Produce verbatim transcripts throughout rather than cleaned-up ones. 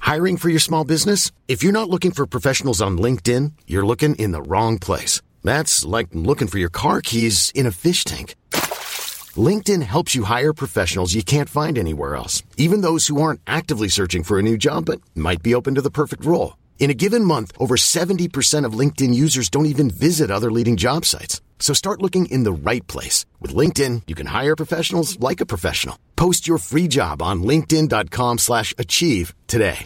Hiring for your small business? If you're not looking for professionals on LinkedIn, you're looking in the wrong place. That's like looking for your car keys in a fish tank. LinkedIn helps you hire professionals you can't find anywhere else, even those who aren't actively searching for a new job but might be open to the perfect role. In a given month, over seventy percent of LinkedIn users don't even visit other leading job sites. So start looking in the right place. With LinkedIn, you can hire professionals like a professional. Post your free job on linkedin dot com slash achieve today.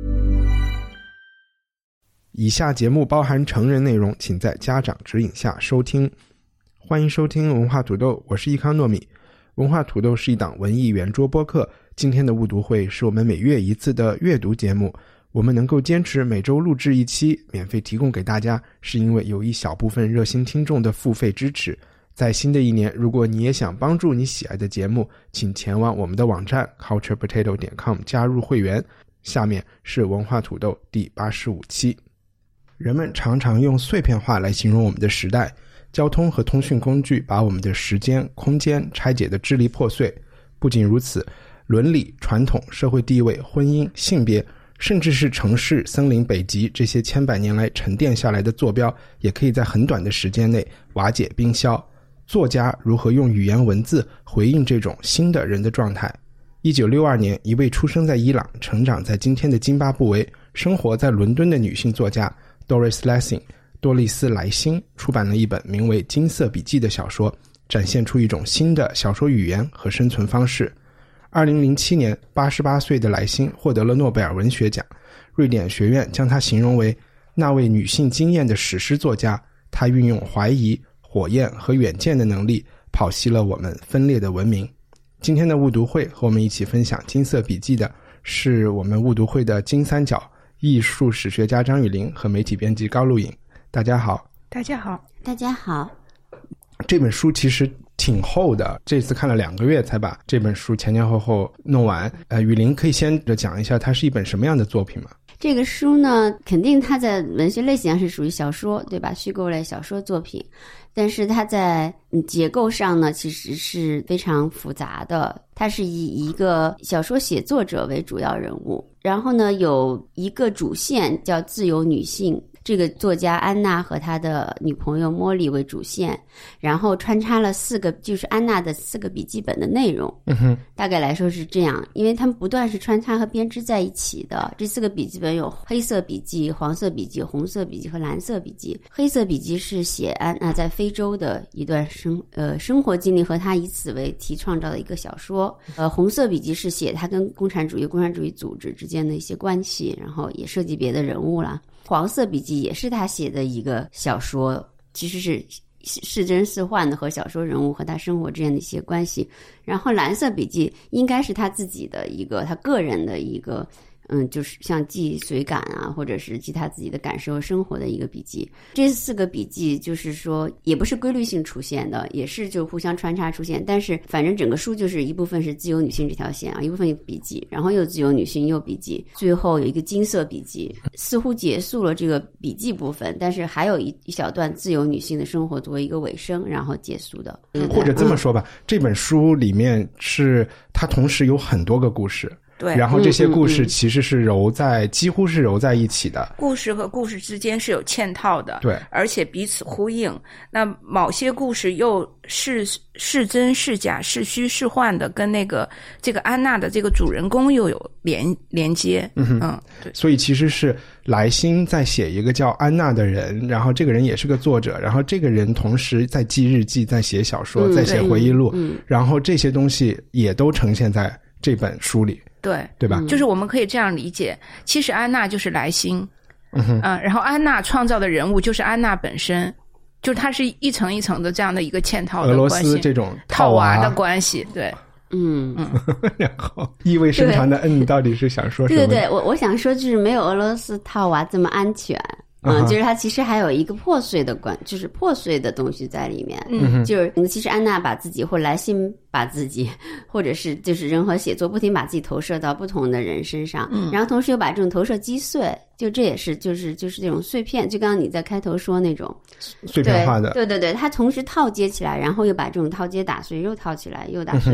以下节目包含成人内容，请在家长指引下收听。欢迎收听文化土豆，我是益康糯米。文化土豆是一档文艺圆桌播客，今天的误读会是我们每月一次的阅读节目。我们能够坚持每周录制一期，免费提供给大家，是因为有一小部分热心听众的付费支持。在新的一年，如果你也想帮助你喜爱的节目，请前往我们的网站 culture potato 点 com 加入会员。下面是文化土豆第八十五期。人们常常用碎片化来形容我们的时代，交通和通讯工具把我们的时间、空间拆解得支离破碎。不仅如此，伦理、传统、社会地位、婚姻、性别，甚至是城市、森林、北极这些千百年来沉淀下来的坐标，也可以在很短的时间内瓦解冰消。作家如何用语言文字回应这种新的人的状态？一九六二年，一位出生在伊朗、成长在今天的津巴布韦、生活在伦敦的女性作家 Doris Lessing 多丽丝·莱辛出版了一本名为《金色笔记》的小说，展现出一种新的小说语言和生存方式。二零零七年，八十八岁的莱辛获得了诺贝尔文学奖，瑞典学院将她形容为那位女性经验的史诗作家。她运用怀疑、火焰和远见的能力，剖析了我们分裂的文明。今天的误读会和我们一起分享金色笔记的是我们误读会的金三角艺术史学家张雨林和媒体编辑高露颖。大家好。 大家好。 大家好。 这本书其实挺厚的，这次看了两个月才把这本书前前后后弄完。呃，雨林可以先讲一下它是一本什么样的作品吗？ 这个书呢，肯定它在文学类型上是属于小说，对吧？虚构类小说作品，但是它在结构上呢，其实是非常复杂的。它是以一个小说写作者为主要人物，然后呢，有一个主线叫自由女性。这个作家安娜和她的女朋友莫莉为主线，然后穿插了四个，就是安娜的四个笔记本的内容。 嗯哼， 大概来说是这样，因为他们不断是穿插和编织在一起的。这四个笔记本有黑色笔记、黄色笔记、红色笔记和蓝色笔记。黑色笔记是写安娜在非洲的一段生呃生活经历和她以此为题创造的一个小说。呃，红色笔记是写她跟共产主义、共产主义组织之间的一些关系，然后也涉及别的人物啦。黄色笔记也是他写的一个小说，其实是是真是幻的和小说人物和他生活之间的一些关系。然后蓝色笔记应该是他自己的一个他个人的一个嗯，就是像记随感啊，或者是记他自己的感受生活的一个笔记。这四个笔记就是说也不是规律性出现的，也是就互相穿插出现，但是反正整个书就是一部分是自由女性这条线啊，一部分有笔记，然后又自由女性又笔记，最后有一个金色笔记，似乎结束了这个笔记部分，但是还有一一小段自由女性的生活作为一个尾声，然后结束的。 或者这么说吧，嗯，这本书里面是它同时有很多个故事。 对， 然后这些故事其实是揉在、嗯嗯、几乎是揉在一起的， 故事和故事之间是有嵌套的， 对， 而且彼此呼应。那某些故事又是是真是假、是虚是幻的，跟那个这个安娜的这个主人公又有连连接。 嗯哼，嗯，对，所以其实是莱辛在写一个叫安娜的人，然后这个人也是个作者，然后这个人同时在记日记、在写小说、嗯、在写回忆录、嗯嗯，然后这些东西也都呈现在这本书里。 对， 对吧？ 就是我们可以这样理解，其实安娜就是莱辛， 嗯哼， 嗯，然后安娜创造的人物就是安娜本身，就是它是一层一层的这样的一个嵌套的关系， 俄罗斯这种套娃的关系，对， 嗯嗯， 然后意味深长的嗯，到底是想说什么？ 对对对，我我想说就是没有俄罗斯套娃这么安全。嗯，就是它其实还有一个破碎的关，就是破碎的东西在里面。 嗯， 就是其实安娜把自己或莱辛把自己，或者是就是人和写作不停把自己投射到不同的人身上，嗯，然后同时又把这种投射击碎，就这也是就是就是这种碎片，就刚刚你在开头说那种碎片化的， 对对对对，它同时套接起来，然后又把这种套接打碎，又套起来又打碎。嗯，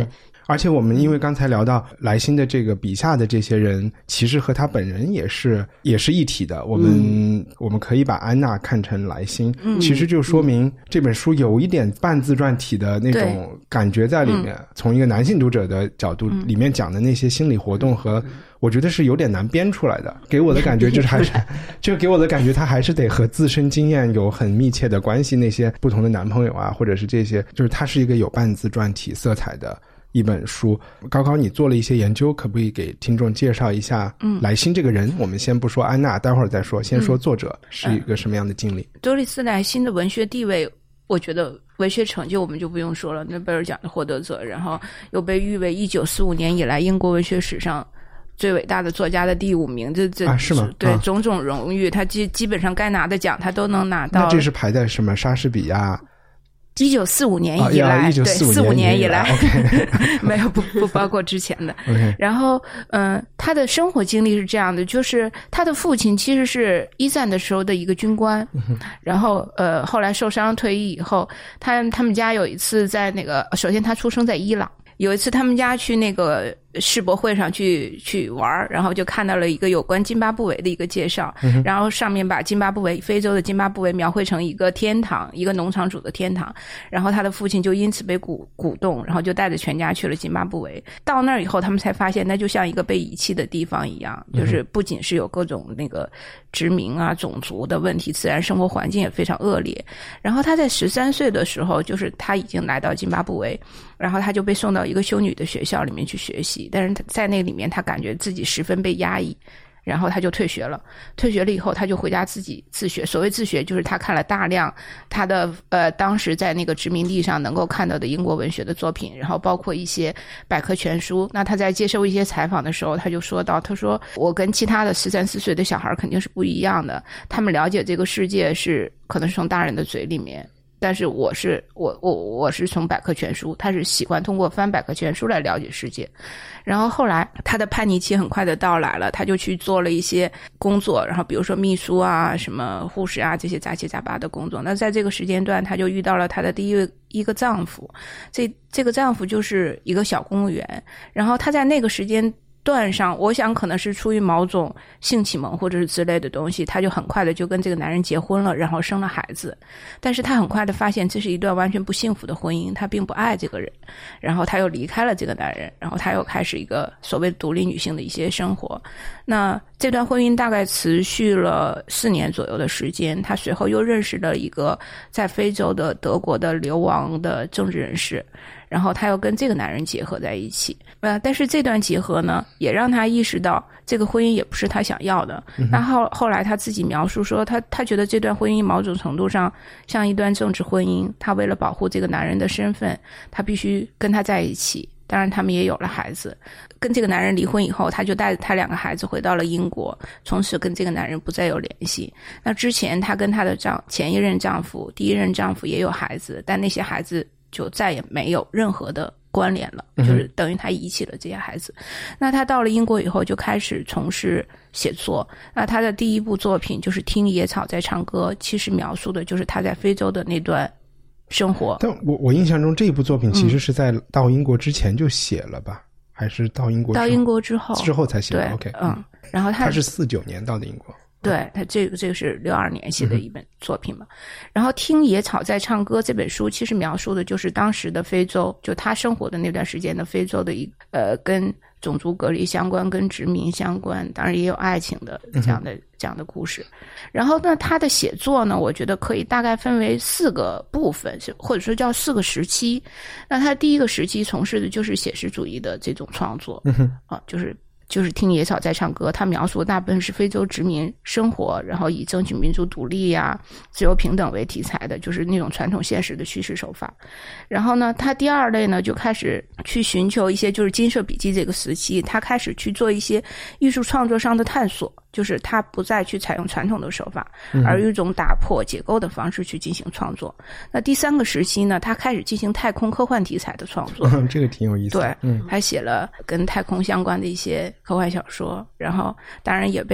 而且我们因为刚才聊到莱辛的这个笔下的这些人，其实和他本人也是也是一体的。我们、嗯、我们可以把安娜看成莱辛，嗯、其实就说明这本书有一点半自传体的那种感觉在里面。嗯、从一个男性读者的角度，嗯、里面讲的那些心理活动和。我觉得是有点难编出来的，给我的感觉就是还是，就给我的感觉他还是得和自身经验有很密切的关系。那些不同的男朋友啊，或者是这些，就是它是一个有半自传体色彩的一本书。高高，你做了一些研究，可不可以给听众介绍一下莱辛这个人？嗯、我们先不说安娜，待会儿再说，先说作者是一个什么样的经历。 嗯、多丽丝莱辛的文学地位，我觉得文学成就我们就不用说了，诺贝尔奖的获得者，然后又被誉为一九四五年以来英国文学史上最伟大的作家的第五名，这这啊是吗？ 对， 啊、 种种荣誉，他基基本上该拿的奖他都能拿到。 那这是排在什么？莎士比亚？ 一九四五年以来， 啊、 对，四五年以来， okay 没有不不包括之前的。 okay 然后，嗯、呃，他的生活经历是这样的，就是他的父亲其实是一战的时候的一个军官， 嗯、 然后呃，后来受伤退役以后，他他们家有一次在那个，首先他出生在伊朗。有一次他们家去那个世博会上去去玩，然后就看到了一个有关津巴布韦的一个介绍， 嗯、 然后上面把津巴布韦非洲的津巴布韦描绘成一个天堂，一个农场主的天堂，然后他的父亲就因此被鼓鼓动，然后就带着全家去了津巴布韦。到那儿以后他们才发现那就像一个被遗弃的地方一样，就是不仅是有各种那个殖民啊种族的问题，自然生活环境也非常恶劣。然后他在十三岁的时候，就是他已经来到津巴布韦，然后他就被送到一个修女的学校里面去学习，但是他在那里面他感觉自己十分被压抑，然后他就退学了。退学了以后他就回家自己自学，所谓自学就是他看了大量他的呃当时在那个殖民地上能够看到的英国文学的作品，然后包括一些百科全书。那他在接受一些采访的时候他就说到，他说我跟其他的十三四岁的小孩肯定是不一样的，他们了解这个世界是可能是从大人的嘴里面，但是我是我我我是从百科全书，他是习惯通过翻百科全书来了解世界。然后后来他的叛逆期很快的到来了，他就去做了一些工作，然后比如说秘书啊什么护士啊这些杂七杂八的工作。那在这个时间段他就遇到了他的第一一个丈夫，这这个丈夫就是一个小公务员，然后他在那个时间段上，我想可能是出于某种性启蒙或者是之类的东西，他就很快的就跟这个男人结婚了，然后生了孩子。但是他很快的发现这是一段完全不幸福的婚姻，他并不爱这个人，然后他又离开了这个男人，然后他又开始一个所谓独立女性的一些生活。那这段婚姻大概持续了四年左右的时间，他随后又认识了一个在非洲的德国的流亡的政治人士，然后他又跟这个男人结合在一起。呃，但是这段结合呢，也让他意识到这个婚姻也不是他想要的。那后后来他自己描述说，他他觉得这段婚姻某种程度上像一段政治婚姻，他为了保护这个男人的身份，他必须跟他在一起。当然他们也有了孩子，跟这个男人离婚以后，他就带着他两个孩子回到了英国，从此跟这个男人不再有联系。那之前他跟他的丈前一任丈夫第一任丈夫也有孩子，但那些孩子就再也没有任何的关联了，就是等于他遗弃了这些孩子。那他到了英国以后就开始从事写作，那他的第一部作品就是《听野草在唱歌》，其实描述的就是他在非洲的那段生活。但我我印象中这一部作品其实是在到英国之前就写了吧、嗯、还是到英国之后？ 到英国之后之后才写的。 OK， 嗯，然后他他是四九年到的英国。 对，他这个这个是六二年写的一本作品嘛。嗯、然后《听野草在唱歌》这本书其实描述的就是当时的非洲，就他生活的那段时间的非洲的一呃跟种族隔离相关，跟殖民相关，当然也有爱情的这样的、嗯、这样的故事。然后呢，他的写作呢，我觉得可以大概分为四个部分，或者说叫四个时期。那他第一个时期从事的就是写实主义的这种创作， 嗯、 啊，就是就是听野草在唱歌，他描述的大部分是非洲殖民生活，然后以争取民族独立呀、自由平等为题材的，就是那种传统现实的叙事手法。然后呢，他第二类呢就开始去寻求一些，就是金色笔记这个时期，他开始去做一些艺术创作上的探索，就是他不再去采用传统的手法，而用一种打破解构的方式去进行创作。嗯、那第三个时期呢，他开始进行太空科幻题材的创作， 这个挺有意思的。 对，嗯，他写了跟太空相关的一些科幻小说，然后当然也被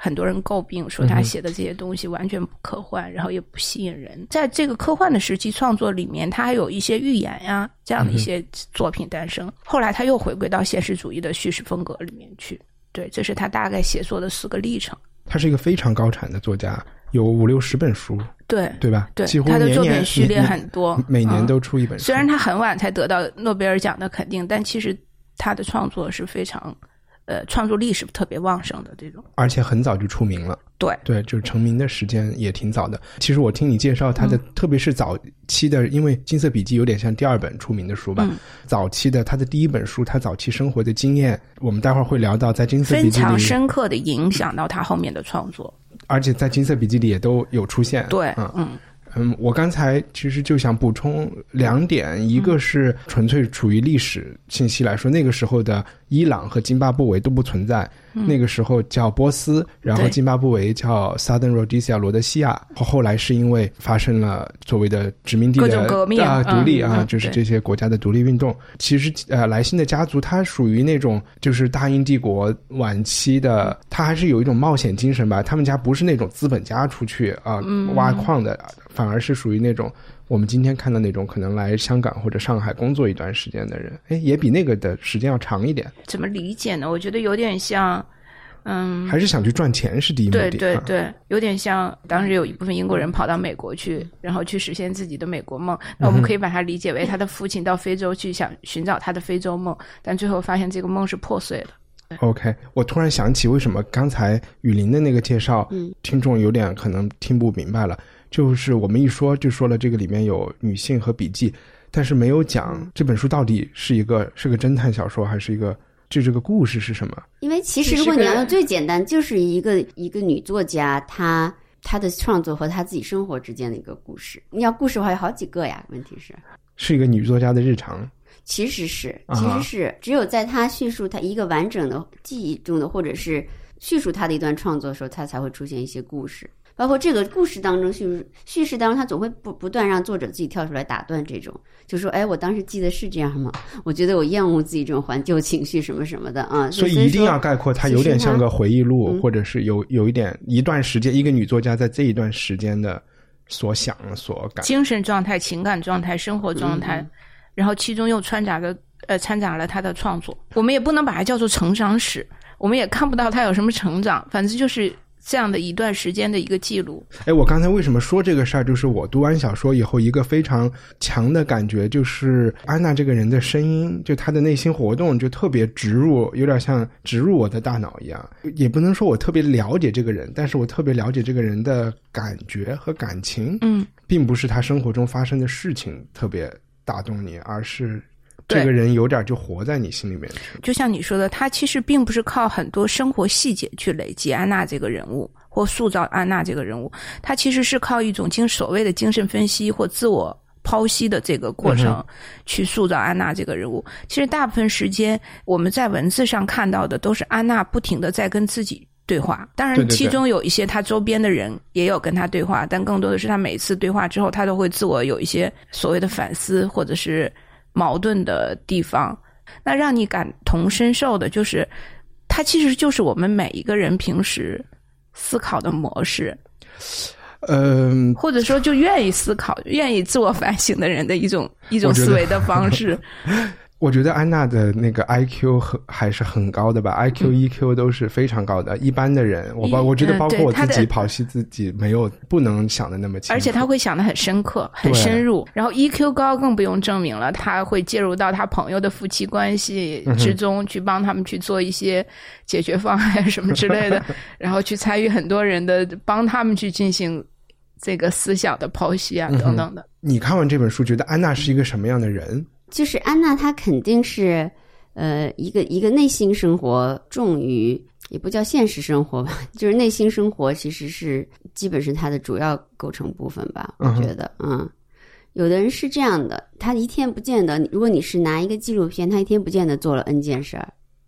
很多人诟病，说他写的这些东西完全不科幻，嗯、然后也不吸引人。在这个科幻的时期创作里面，他还有一些预言呀这样的一些作品诞生。嗯、后来他又回归到现实主义的叙事风格里面去。对，这是他大概写作的四个历程。 他是一个非常高产的作家，有五六十本书， 对对吧？ 对， 几乎他的作年年品序列很多， 每年都出一本书。 嗯、虽然他很晚才得到诺贝尔奖的肯定，但其实他的创作是非常，呃，创作力是特别旺盛的这种， 而且很早就出名了。 对对，就是成名的时间也挺早的。其实我听你介绍他的，嗯、特别是早期的，因为《金色笔记》有点像第二本出名的书吧。嗯、早期的他的第一本书，他早期生活的经验，我们待会儿会聊到，在《金色笔记》里非常深刻的影响到他后面的创作， 而且在《金色笔记》里也都有出现。 对， 嗯嗯。 嗯，我刚才其实就想补充两点，一个是纯粹处于历史信息来说，那个时候的伊朗和津巴布韦都不存在，嗯、那个时候叫波斯，然后津巴布韦叫 Southern Rhodesia 罗德西亚，后来是因为发生了所谓的殖民地的各种革命啊独立啊， 嗯、 就是这些国家的独立运动。其实呃，莱辛的家族它属于那种就是大英帝国晚期的，它还是有一种冒险精神吧。他们家不是那种资本家出去啊、呃嗯、挖矿的。反而是属于那种我们今天看到那种可能来香港或者上海工作一段时间的人，哎，也比那个的时间要长一点。 怎么理解呢？我觉得有点像，嗯， 还是想去赚钱是第一目的。 对对对，啊、有点像当时有一部分英国人跑到美国去，然后去实现自己的美国梦。那我们可以把它理解为他的父亲到非洲去想寻找他的非洲梦，但最后发现这个梦是破碎的。 OK， 我突然想起为什么刚才雨林的那个介绍， 嗯， 听众有点可能听不明白了。就是我们一说就说了这个里面有女性和笔记，但是没有讲这本书到底是一个是个侦探小说还是一个就这个故事是什么。 因为其实如果你要用最简单，就是一个一个女作家她她的创作和她自己生活之间的一个故事。你要故事的话有好几个呀，问题是是一个女作家的日常。 其实是其实是、啊、只有在她叙述她一个完整的记忆中的，或者是叙述她的一段创作的时候，她才会出现一些故事。包括这个故事当中叙叙事当中，他总会不不断让作者自己跳出来打断这种，就说哎，我当时记得是这样吗？我觉得我厌恶自己这种怀旧情绪什么什么的啊。 所以一定要概括，它有点像个回忆录， 嗯、 或者是有有一点一段时间，一个女作家在这一段时间的所想所感、 精神状态、情感状态、生活状态，嗯、然后其中又掺杂了呃掺杂了她的创作。我们也不能把它叫做成长史，我们也看不到她有什么成长，反正就是这样的一段时间的一个记录。 哎，我刚才为什么说这个事儿，就是我读完小说以后一个非常强的感觉，就是安娜这个人的声音，就她的内心活动就特别植入，有点像植入我的大脑一样。也不能说我特别了解这个人，但是我特别了解这个人的感觉和感情。 嗯， 并不是他生活中发生的事情特别打动你，而是这个人有点就活在你心里面去。 就像你说的，他其实并不是靠很多生活细节去累积安娜这个人物或塑造安娜这个人物，他其实是靠一种精所谓的精神分析或自我剖析的这个过程去塑造安娜这个人物。嗯、其实大部分时间我们在文字上看到的都是安娜不停地在跟自己对话，当然其中有一些他周边的人也有跟他对话，对对对，但更多的是他每次对话之后他都会自我有一些所谓的反思或者是矛盾的地方。那让你感同身受的就是它其实就是我们每一个人平时思考的模式， 嗯、呃， 或者说就愿意思考愿意自我反省的人的一种一种思维的方式。 我觉得安娜的那个 I Q 很还是很高的吧、嗯、I Q E Q 都是非常高的。一般的人我包我觉得包括我自己剖析自己没有不能想的那么清楚， 而且他会想得很深刻很深入，然后 E Q 高更不用证明了，他会介入到他朋友的夫妻关系之中、嗯、去帮他们去做一些解决方案什么之类的然后去参与很多人的帮他们去进行这个思想的剖析啊、嗯、等等的。 你看完这本书觉得安娜是一个什么样的人？ 就是安娜她肯定是呃一个一个内心生活重于也不叫现实生活吧，就是内心生活其实是基本是她的主要构成部分吧，我觉得。嗯, 嗯，有的人是这样的，他一天不见得，如果你是拿一个纪录片，他一天不见得做了 N 件事儿，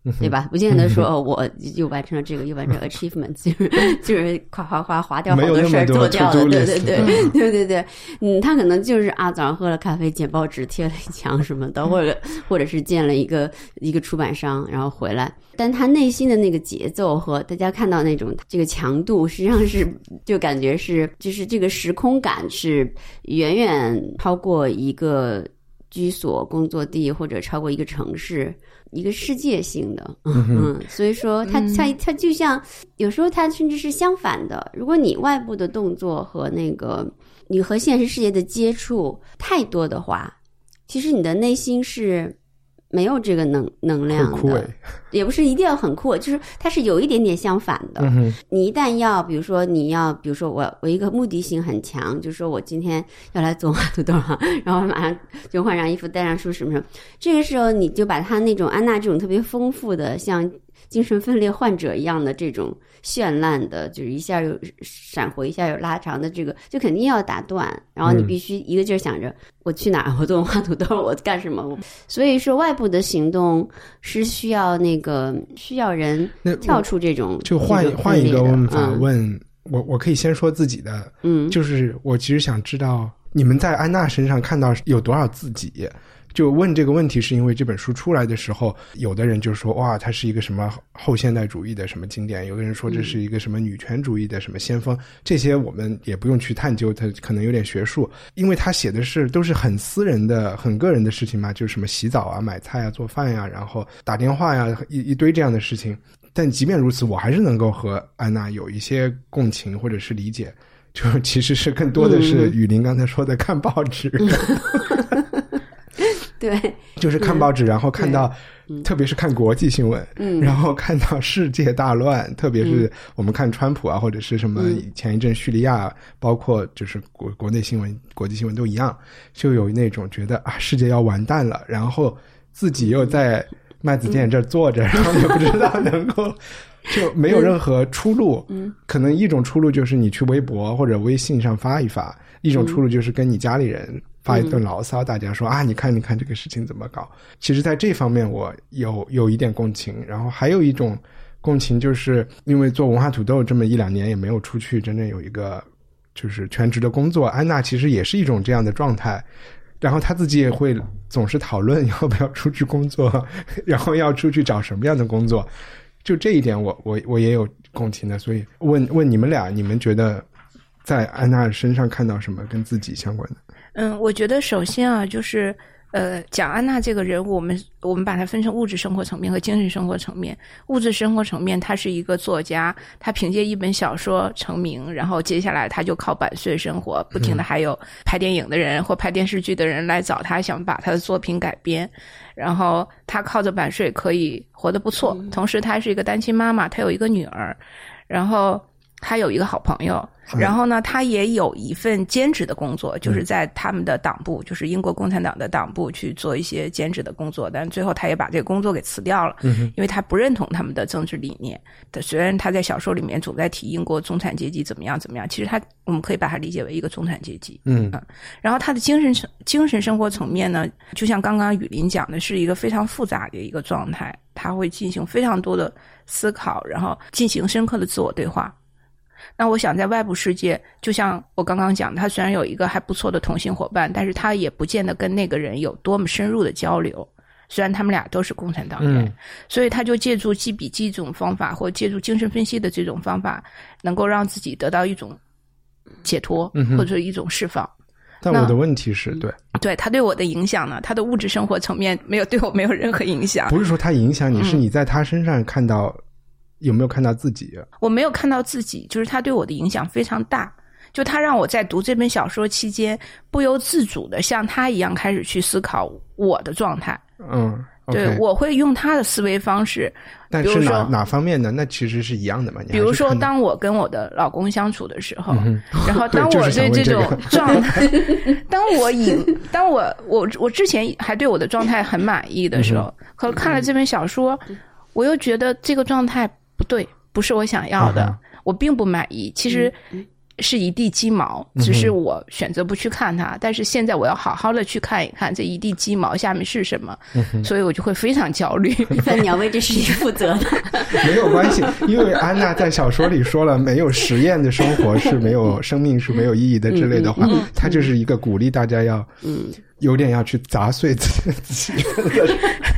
对吧？不见得说我又完成了这个，又完成了 achievements， 就是就是夸夸夸划掉好多事儿做掉了，对对对对对对，嗯，他可能就是啊，早上喝了咖啡，剪报纸贴了一墙什么的，或者或者是见了一个一个出版商，然后回来，但他内心的那个节奏和大家看到那种这个强度，实际上是就感觉是就是这个时空感是远远超过一个居所工作地或者超过一个城市。一个世界性的，嗯，所以说它它它就像有时候它甚至是相反的。如果你外部的动作和那个你和现实世界的接触太多的话，其实你的内心是没有这个能能量的，也不是一定要很酷，就是它是有一点点相反的。嗯、你一旦要，比如说你要，比如说我我一个目的性很强，就是说我今天要来做画土豆哈，然后马上就换上衣服，带上书什么什么，这个时候你就把他那种安娜这种特别丰富的，像精神分裂患者一样的这种绚烂的，就是一下又闪回，一下又拉长的这个，就肯定要打断。然后你必须一个劲儿想着、嗯、我去哪儿，我做画土豆，我干什么？所以说外部的行动是需要那个需要人跳出这种就换换一个问法问、嗯、我，我可以先说自己的，嗯，就是我其实想知道你们在安娜身上看到有多少自己。就问这个问题是因为这本书出来的时候，有的人就说哇它是一个什么后现代主义的什么经典，有的人说这是一个什么女权主义的什么先锋、嗯、这些我们也不用去探究，它可能有点学术，因为他写的是都是很私人的很个人的事情嘛，就是什么洗澡啊买菜啊做饭呀、啊、然后打电话呀、啊、一一堆这样的事情。但即便如此我还是能够和安娜有一些共情或者是理解，就其实是更多的是雨林刚才说的看报纸、嗯对， 就是看报纸、嗯、然后看到、嗯、特别是看国际新闻、嗯、然后看到世界大乱、嗯、特别是我们看川普啊或者是什么前一阵叙利亚、嗯、包括就是国国内新闻国际新闻都一样，就有那种觉得啊世界要完蛋了，然后自己又在麦子店这坐着、嗯、然后也不知道能够就没有任何出路、嗯、可能一种出路就是你去微博或者微信上发一发，一种出路就是跟你家里人发一顿牢骚、嗯、大家说啊你看你看这个事情怎么搞。其实在这方面我有有一点共情，然后还有一种共情就是因为做文化土豆这么一两年也没有出去真正有一个就是全职的工作，安娜其实也是一种这样的状态，然后他自己也会总是讨论要不要出去工作，然后要出去找什么样的工作，就这一点我我我也有共情的。所以问问你们俩，你们觉得在安娜身上看到什么跟自己相关的？ 嗯，我觉得首先啊，就是呃，讲安娜这个人物，我们我们把它分成物质生活层面和精神生活层面。物质生活层面，他是一个作家，他凭借一本小说成名，然后接下来他就靠版税生活，不停的还有拍电影的人或拍电视剧的人来找他，想把他的作品改编，然后他靠着版税可以活得不错。同时，他是一个单亲妈妈，他有一个女儿，然后他有一个好朋友。然后呢他也有一份兼职的工作，就是在他们的党部、嗯、就是英国共产党的党部去做一些兼职的工作，但最后他也把这个工作给辞掉了、嗯、因为他不认同他们的政治理念。虽然他在小说里面总在提英国中产阶级怎么样怎么样，其实他我们可以把它理解为一个中产阶级。嗯，嗯然后他的精神精神生活层面呢，就像刚刚雨林讲的，是一个非常复杂的一个状态，他会进行非常多的思考，然后进行深刻的自我对话。那我想在外部世界，就像我刚刚讲的，他虽然有一个还不错的同性伙伴，但是他也不见得跟那个人有多么深入的交流，虽然他们俩都是共产党员、嗯、所以他就借助记笔记这种方法，或借助精神分析的这种方法，能够让自己得到一种解脱、嗯、或者一种释放。 但我的问题是对对他对我的影响呢，他的物质生活层面没有对我没有任何影响。 不是说他影响你、嗯、是你在他身上看到有没有看到自己？ 我没有看到自己，就是他对我的影响非常大，就他让我在读这本小说期间不由自主的像他一样开始去思考我的状态。 嗯， okay. 对，我会用他的思维方式。 但是哪哪方面的？那其实是一样的嘛。 比如说当我跟我的老公相处的时候、嗯、然后当我对这种状态、就是、当我以当我我我之前还对我的状态很满意的时候、嗯、可看了这本小说、嗯、我又觉得这个状态不对，不是我想要的、嗯、我并不满意。其实是一地鸡毛，只是我选择不去看它、嗯、但是现在我要好好的去看一看这一地鸡毛下面是什么、嗯、所以我就会非常焦虑。 但你要为这事情负责的。 没有关系，因为安娜在小说里说了没有实验的生活是没有生命是没有意义的之类的话，她就是一个鼓励大家要嗯有点要去砸碎自己的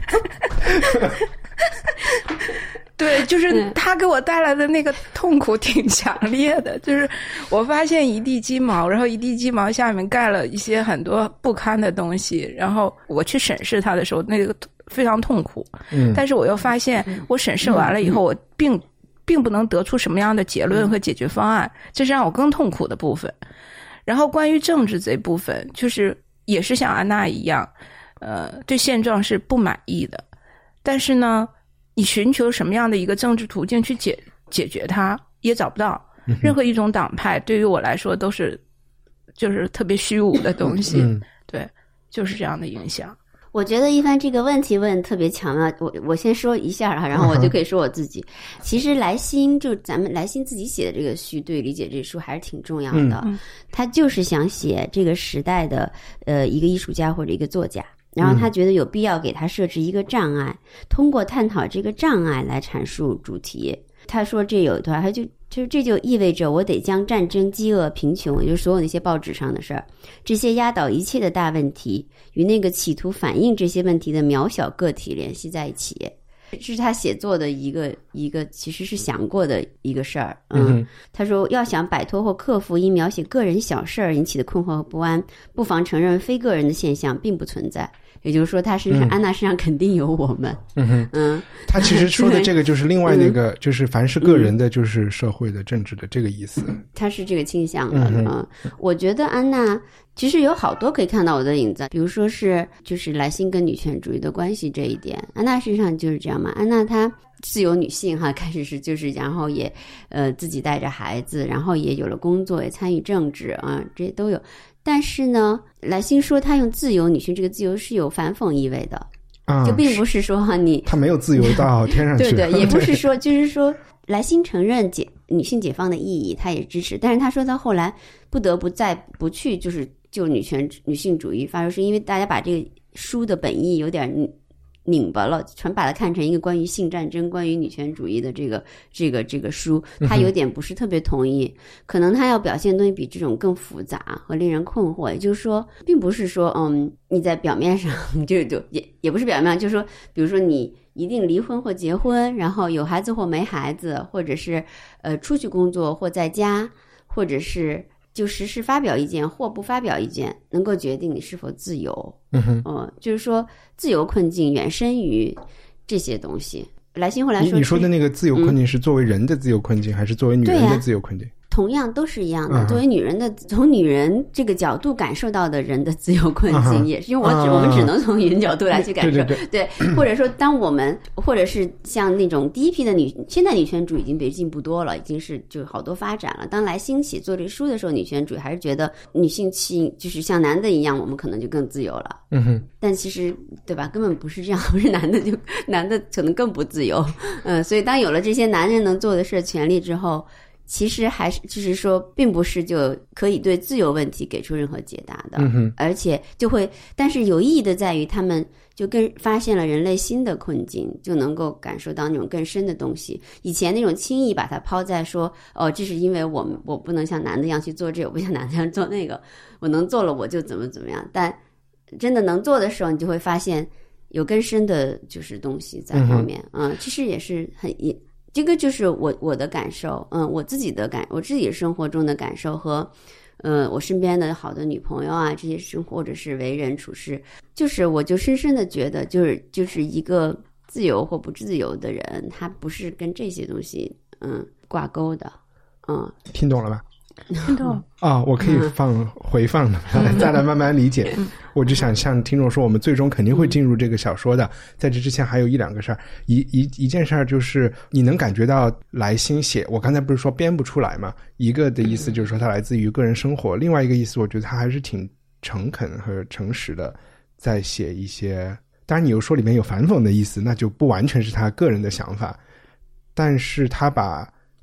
对，就是他给我带来的那个痛苦挺强烈的，就是我发现一地鸡毛，然后一地鸡毛下面盖了一些很多不堪的东西，然后我去审视它的时候那个非常痛苦。嗯，但是我又发现我审视完了以后我并并不能得出什么样的结论和解决方案，这是让我更痛苦的部分。然后关于政治这部分，就是也是像安娜一样，呃，对现状是不满意的，但是呢你寻求什么样的一个政治途径去解解决它也找不到。任何一种党派对于我来说都是就是特别虚无的东西、嗯、对，就是这样的影响。 我觉得一帆这个问题问特别巧妙，我我先说一下啊，然后我就可以说我自己。其实莱辛就咱们莱辛自己写的这个序对理解这书还是挺重要的、嗯、他就是想写这个时代的呃一个艺术家或者一个作家，然后他觉得有必要给他设置一个障碍、嗯、通过探讨这个障碍来阐述主题。他说这有一段他就就这就意味着我得将战争、饥饿、贫穷，也就是所有那些报纸上的事儿，这些压倒一切的大问题与那个企图反映这些问题的渺小个体联系在一起。这是他写作的一个一个其实是想过的一个事儿。嗯，嗯他说要想摆脱或克服因描写个人小事儿引起的困惑和不安，不妨承认非个人的现象并不存在。也就是说他身上、嗯、安娜身上肯定有我们。嗯哼嗯， 他其实说的这个就是另外那个、嗯、就是凡是个人的就是社会的、嗯、政治的这个意思， 他是这个倾向的。嗯, 嗯我觉得安娜其实有好多可以看到我的影子，比如说是就是莱辛跟女权主义的关系这一点，安娜身上就是这样嘛。安娜她自由女性哈，开始是就是然后也呃自己带着孩子，然后也有了工作，也参与政治啊，这些都有。但是呢，莱辛说他用自由女性这个自由是有反讽意味的，啊、就并不是说哈你他没有自由到天上去， 对对，也不是说就是说莱辛承认解女性解放的意义，他也支持，但是他说到后来不得不再不去就是就女权女性主义发说，是因为大家把这个书的本意有点拧巴了，全把它看成一个关于性战争、关于女权主义的这个这个这个书，他有点不是特别同意。嗯、可能他要表现的东西比这种更复杂和令人困惑。也就是说，并不是说，嗯，你在表面上就就也也不是表面上，就是说，比如说你一定离婚或结婚，然后有孩子或没孩子，或者是呃出去工作或在家，或者是。就实时发表意见或不发表意见，能够决定你是否自由。嗯哼，呃、就是说自由困境远深于这些东西。莱辛后来说你， 你说的那个自由困境是作为人的自由困境，嗯、还是作为女人的自由困境？ 同样都是一样的，作为女人的从女人这个角度感受到的人的自由困境，也是因为我只、啊、我们只能从女人角度来去感受， 对对对， 对，或者说当我们或者是像那种第一批的女，现在女权主义已经比进步多了，已经是就好多发展了。当莱辛写作这书的时候，女权主义还是觉得女性气就是像男的一样，我们可能就更自由了。嗯哼，但其实对吧，根本不是这样，不是男的就男的可能更不自由。嗯，所以当有了这些男人能做的事权利之后。其实还是就是说并不是就可以对自由问题给出任何解答的、嗯、而且就会但是有意义的在于他们就更发现了人类新的困境，就能够感受到那种更深的东西。以前那种轻易把它抛在说哦，这是因为我们我不能像男的一样去做这个，我不像男的一样做那个，我能做了我就怎么怎么样，但真的能做的时候你就会发现有更深的就是东西在后面。 嗯, 嗯，其实也是很也这个就是我我的感受，嗯，我自己的感，我自己生活中的感受和，呃，我身边的好的女朋友啊，这些生活或者是为人处事，就是我就深深的觉得，就是就是一个自由或不自由的人，他不是跟这些东西嗯挂钩的，嗯， 听懂了吧？ 听懂啊、哦，我可以放、嗯、回放的，再来慢慢理解。我就想向听众说，我们最终肯定会进入这个小说的。在这之前还有一两个事儿，一一一件事儿就是你能感觉到莱辛写，我刚才不是说编不出来吗？一个的意思就是说它来自于个人生活，另外一个意思我觉得他还是挺诚恳和诚实的，在写一些。当然你又说里面有反讽的意思，那就不完全是他个人的想法，但是他把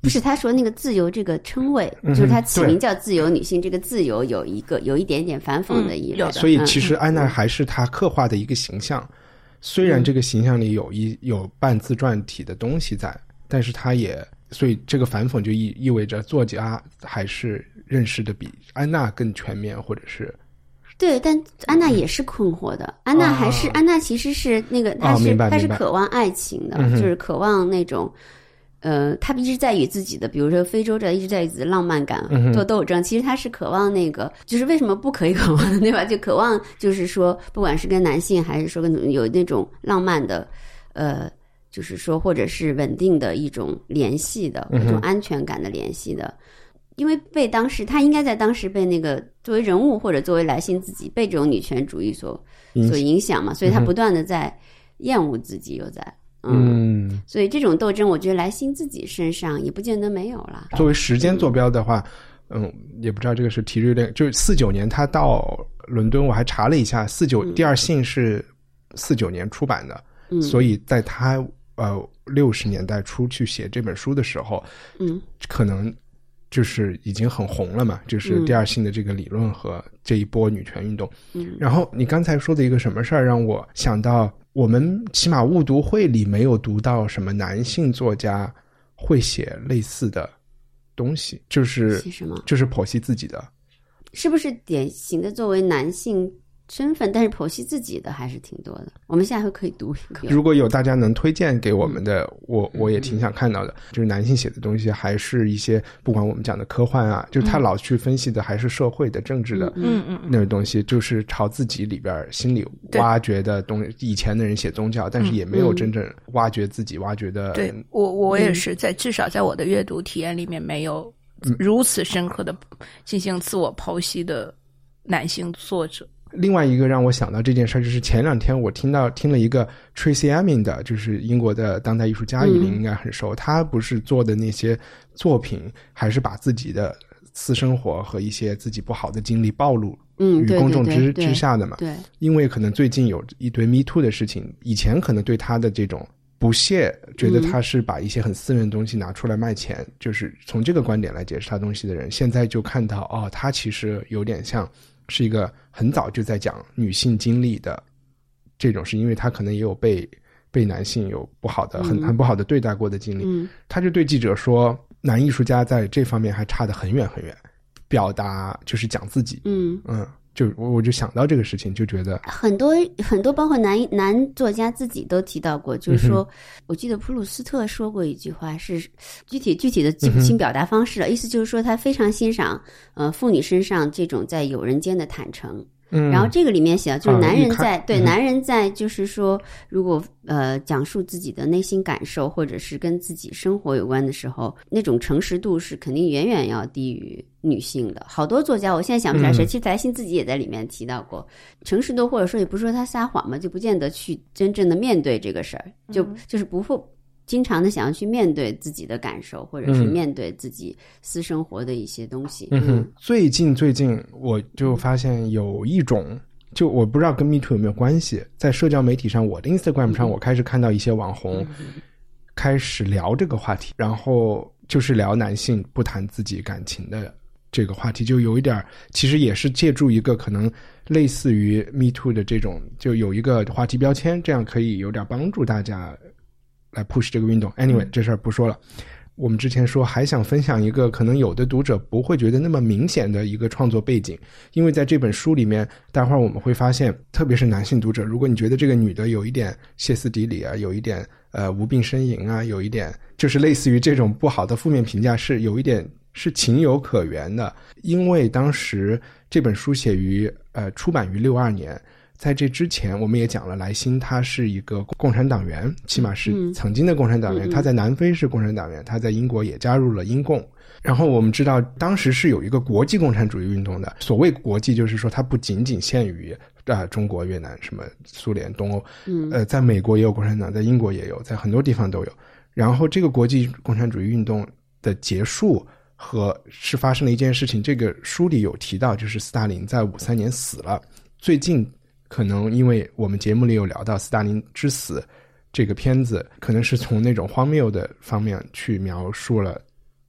不是他说那个自由这个称谓， 嗯、 就是他起名叫自由女性，这个自由有一个有一点点反讽的意味、嗯、 所以其实安娜还是他刻画的一个形象、嗯、虽然这个形象里有一有半自传体的东西在，但是他也所以这个反讽就意意味着作家还是认识的比安娜更全面，或者是对，但安娜也是困惑的。安娜还是、啊、安娜其实是那个，她是、哦、她是渴望爱情的、嗯，就是渴望那种，呃，她一直在与自己的，比如说非洲这一直在与自己的浪漫感做斗争。嗯、其实她是渴望那个，就是为什么不可以渴望的，对吧？就渴望就是说，不管是跟男性还是说跟有那种浪漫的，呃，就是说或者是稳定的一种联系的，一种安全感的联系的。因为被当时他应该在当时被那个作为人物或者作为莱辛自己被这种女权主义所所影响嘛，所以他不断的在厌恶自己，又在 嗯, 嗯，所以这种斗争我觉得莱辛自己身上也不见得没有了。 作为时间坐标的话，嗯，也不知道这个是提略，就是四九年他到伦敦，我还查了一下，四九、嗯、第二性是四九年出版的、嗯、所以在他呃六十年代初去写这本书的时候，嗯，可能就是已经很红了嘛，就是第二性的这个理论和这一波女权运动。嗯，然后你刚才说的一个什么事儿让我想到，我们起码误读会里没有读到什么男性作家会写类似的东西，就是什么？ 就是剖析自己的， 是不是典型的作为男性身份，但是剖析自己的还是挺多的。我们下回可以读一个， 如果有大家能推荐给我们的、嗯、我我也挺想看到的、嗯、就是男性写的东西还是一些不管我们讲的科幻啊，就是他老去分析的还是社会的政治的嗯嗯那种东西，就是朝自己里边心里挖掘的东西。以前的人写宗教，但是也没有真正挖掘自己挖掘的、嗯、 对，我我也是在至少在我的阅读体验里面没有如此深刻的进行自我剖析的男性作者。 另外一个让我想到这件事，就是前两天我听到听了一个 Tracy Emin 的，就是英国的当代艺术家，雨林应该很熟、嗯、他不是做的那些作品还是把自己的私生活和一些自己不好的经历暴露于公众之、嗯、对对对对之下的嘛。 对， 因为可能最近有一堆 Me Too 的事情，以前可能对他的这种不屑，觉得他是把一些很私人的东西拿出来卖钱、嗯、就是从这个观点来解释他东西的人，现在就看到哦，他其实有点像是一个很早就在讲女性经历的这种事，因为他可能也有被被男性有不好的、嗯、很很不好的对待过的经历、嗯、他就对记者说男艺术家在这方面还差得很远很远，表达就是讲自己。嗯嗯，就我我就想到这个事情，就觉得很多很多包括男男作家自己都提到过，就是说、嗯、我记得普鲁斯特说过一句话，是具体具体的记不清表达方式了、嗯、意思就是说他非常欣赏呃妇女身上这种在友人间的坦诚。嗯，然后这个里面写到就是男人在、啊、对、嗯、男人在就是说如果呃讲述自己的内心感受或者是跟自己生活有关的时候，那种诚实度是肯定远远要低于女性的。好多作家我现在想不起来谁、嗯、其实莱辛自己也在里面提到过诚实度，或者说也不是说他撒谎嘛，就不见得去真正的面对这个事儿，就、嗯、就是不会经常的想要去面对自己的感受，或者是面对自己私生活的一些东西。 嗯哼，最近最近我就发现有一种，就我不知道跟 Me Too 有没有关系，在社交媒体上，我的 Instagram 上我开始看到一些网红开始聊这个话题，然后就是聊男性不谈自己感情的这个话题，就有一点其实也是借助一个可能类似于 Me Too 的这种，就有一个话题标签，这样可以有点帮助大家来 push 这个运动。 anyway 这事儿不说了。我们之前说还想分享一个可能有的读者不会觉得那么明显的一个创作背景，因为在这本书里面待会儿我们会发现，特别是男性读者，如果你觉得这个女的有一点歇斯底里啊，有一点呃无病呻吟啊，有一点就是类似于这种不好的负面评价，是有一点是情有可原的。因为当时这本书写于呃出版于六二年，在这之前我们也讲了，莱辛他是一个共产党员，起码是曾经的共产党员、嗯、他在南非是共产党员，他在英国也加入了英共。然后我们知道当时是有一个国际共产主义运动的，所谓国际就是说它不仅仅限于呃中国、越南、什么苏联、东欧，嗯，呃在美国也有共产党，在英国也有，在很多地方都有。然后这个国际共产主义运动的结束和是发生了一件事情，这个书里有提到，就是斯大林在五三年死了。最近可能因为我们节目里有聊到斯大林之死这个片子，可能是从那种荒谬的方面去描述了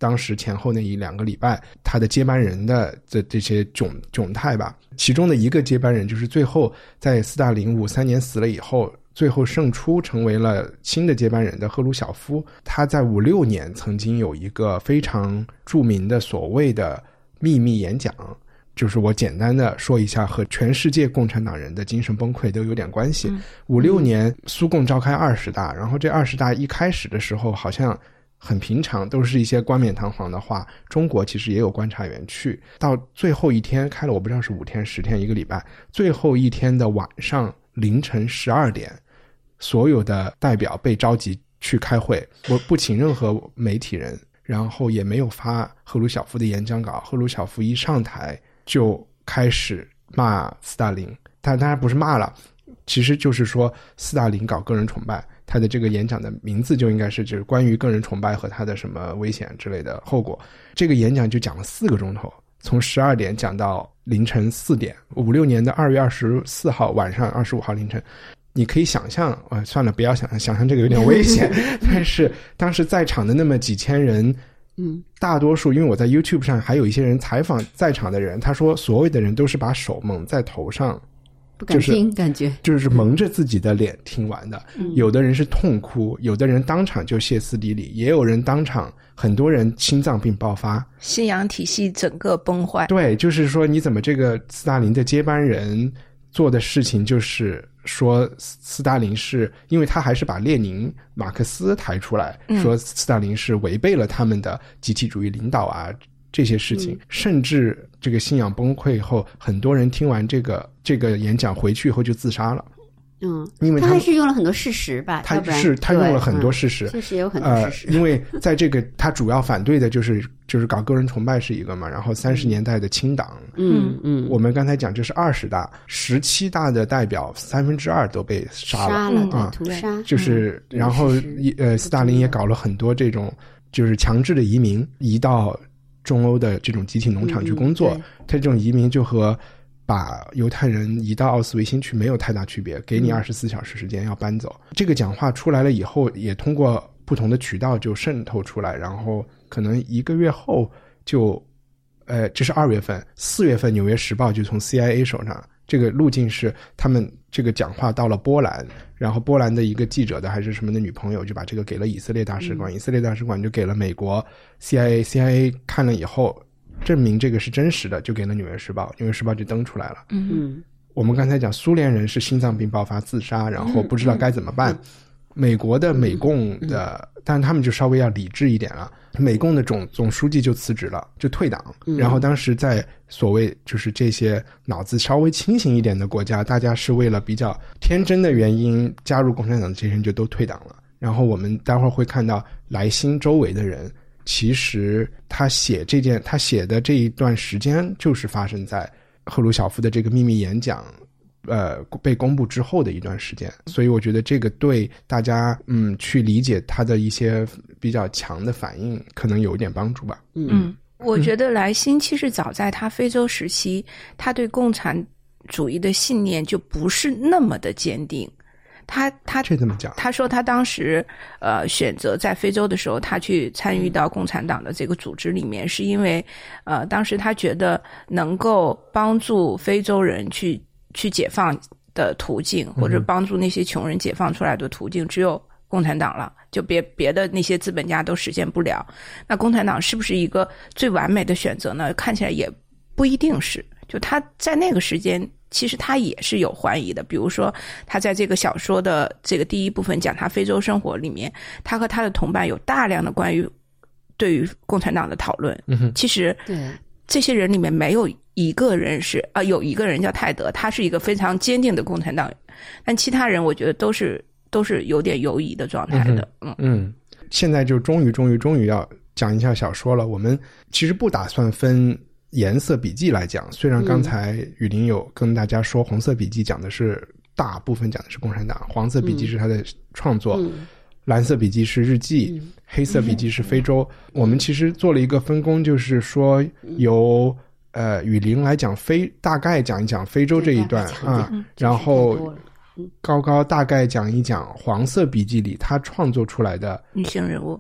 当时前后那一两个礼拜他的接班人的这这些窘窘态吧。其中的一个接班人就是最后在斯大林五三年死了以后，最后胜出成为了新的接班人的赫鲁晓夫。他在五六年曾经有一个非常著名的所谓的秘密演讲，就是我简单的说一下，和全世界共产党人的精神崩溃都有点关系。五六年苏共召开二十大，然后这二十大一开始的时候好像很平常，都是一些冠冕堂皇的话，中国其实也有观察员去，到最后一天开了，我不知道是五天十天一个礼拜，最后一天的晚上凌晨十二点，所有的代表被召集去开会，我不请任何媒体人，然后也没有发赫鲁晓夫的演讲稿。赫鲁晓夫一上台就开始骂斯大林，他当然不是骂了，其实就是说斯大林搞个人崇拜，他的这个演讲的名字就应该是就是关于个人崇拜和他的什么危险之类的后果。这个演讲就讲了四个钟头，从十二点讲到凌晨四点，五六年的二月二十四号晚上，二十五号凌晨。你可以想象，呃，算了，不要想象，想象这个有点危险。但是当时在场的那么几千人，嗯，大多数，因为我在 YouTube 上还有一些人采访在场的人，他说所有的人都是把手蒙在头上， 不敢听，感觉就是蒙着自己的脸听完的。嗯、有的人是痛哭，有的人当场就歇斯底里，也有人当场，很多人心脏病爆发， 信仰体系整个崩坏。 对，就是说你怎么这个斯大林的接班人做的事情就是说斯大林是，因为他还是把列宁马克思抬出来、嗯、说斯大林是违背了他们的集体主义领导啊这些事情、嗯、甚至这个信仰崩溃后，很多人听完这个这个演讲回去以后就自杀了。 嗯， 因为他, 他还是用了很多事实吧， 他是他用了很多事实， 确实、嗯、有很多事实、 呃。因为在这个他主要反对的就是就是搞个人崇拜是一个嘛，然后三十年代的清党， 嗯嗯， 我们刚才讲这是二十大，十七大的代表三分之二都被杀了， 杀了啊、 屠杀， 就是、嗯、然后呃，斯大林也搞了很多这种就是强制的移民，移到中欧的这种集体农场去工作， 嗯、 他这种移民就和把犹太人移到奥斯维辛去没有太大区别，给你二十四小时时间要搬走、嗯、这个讲话出来了以后，也通过不同的渠道就渗透出来，然后可能一个月后就呃，这是二月份，四月份纽约时报就从 C I A 手上，这个路径是他们这个讲话到了波兰，然后波兰的一个记者的还是什么的女朋友就把这个给了以色列大使馆、嗯、以色列大使馆就给了美国 C I A， C I A 看了以后证明这个是真实的，就给了纽约时报，纽约时报就登出来了。 嗯， 我们刚才讲苏联人是心脏病爆发自杀，然后不知道该怎么办、嗯嗯、美国的美共的、嗯、但他们就稍微要理智一点了，美共的总总书记就辞职了，就退党、嗯、然后当时在所谓就是这些脑子稍微清醒一点的国家，大家是为了比较天真的原因加入共产党的这些人就都退党了。然后我们待会儿会看到莱辛周围的人，其实他写这件他写的这一段时间就是发生在赫鲁晓夫的这个秘密演讲呃被公布之后的一段时间，所以我觉得这个对大家嗯去理解他的一些比较强的反应可能有一点帮助吧。 嗯，我觉得莱辛其实早在他非洲时期，他对共产主义的信念就不是那么的坚定。他他这怎么讲？ 他说他当时呃选择在非洲的时候，他去参与到共产党的这个组织里面，是因为呃当时他觉得能够帮助非洲人去去解放的途径，或者帮助那些穷人解放出来的途径，只有共产党了，就别别的那些资本家都实现不了。那共产党是不是一个最完美的选择呢？看起来也不一定是。就他在那个时间其实他也是有怀疑的，比如说他在这个小说的这个第一部分讲他非洲生活里面，他和他的同伴有大量的关于对于共产党的讨论、嗯、其实对这些人里面没有一个人是啊、呃，有一个人叫泰德，他是一个非常坚定的共产党员，但其他人我觉得都是都是有点犹疑的状态的。 嗯嗯，现在就终于终于终于要讲一下小说了。我们其实不打算分颜色笔记来讲，虽然刚才雨林有跟大家说红色笔记讲的是大部分讲的是共产党，黄色笔记是他的创作、嗯、蓝色笔记是日记、嗯、黑色笔记是非洲、嗯、我们其实做了一个分工，就是说由呃雨林来讲非大概讲一讲非洲这一段啊、嗯，然后高高大概讲一讲黄色笔记里他创作出来的女性人物，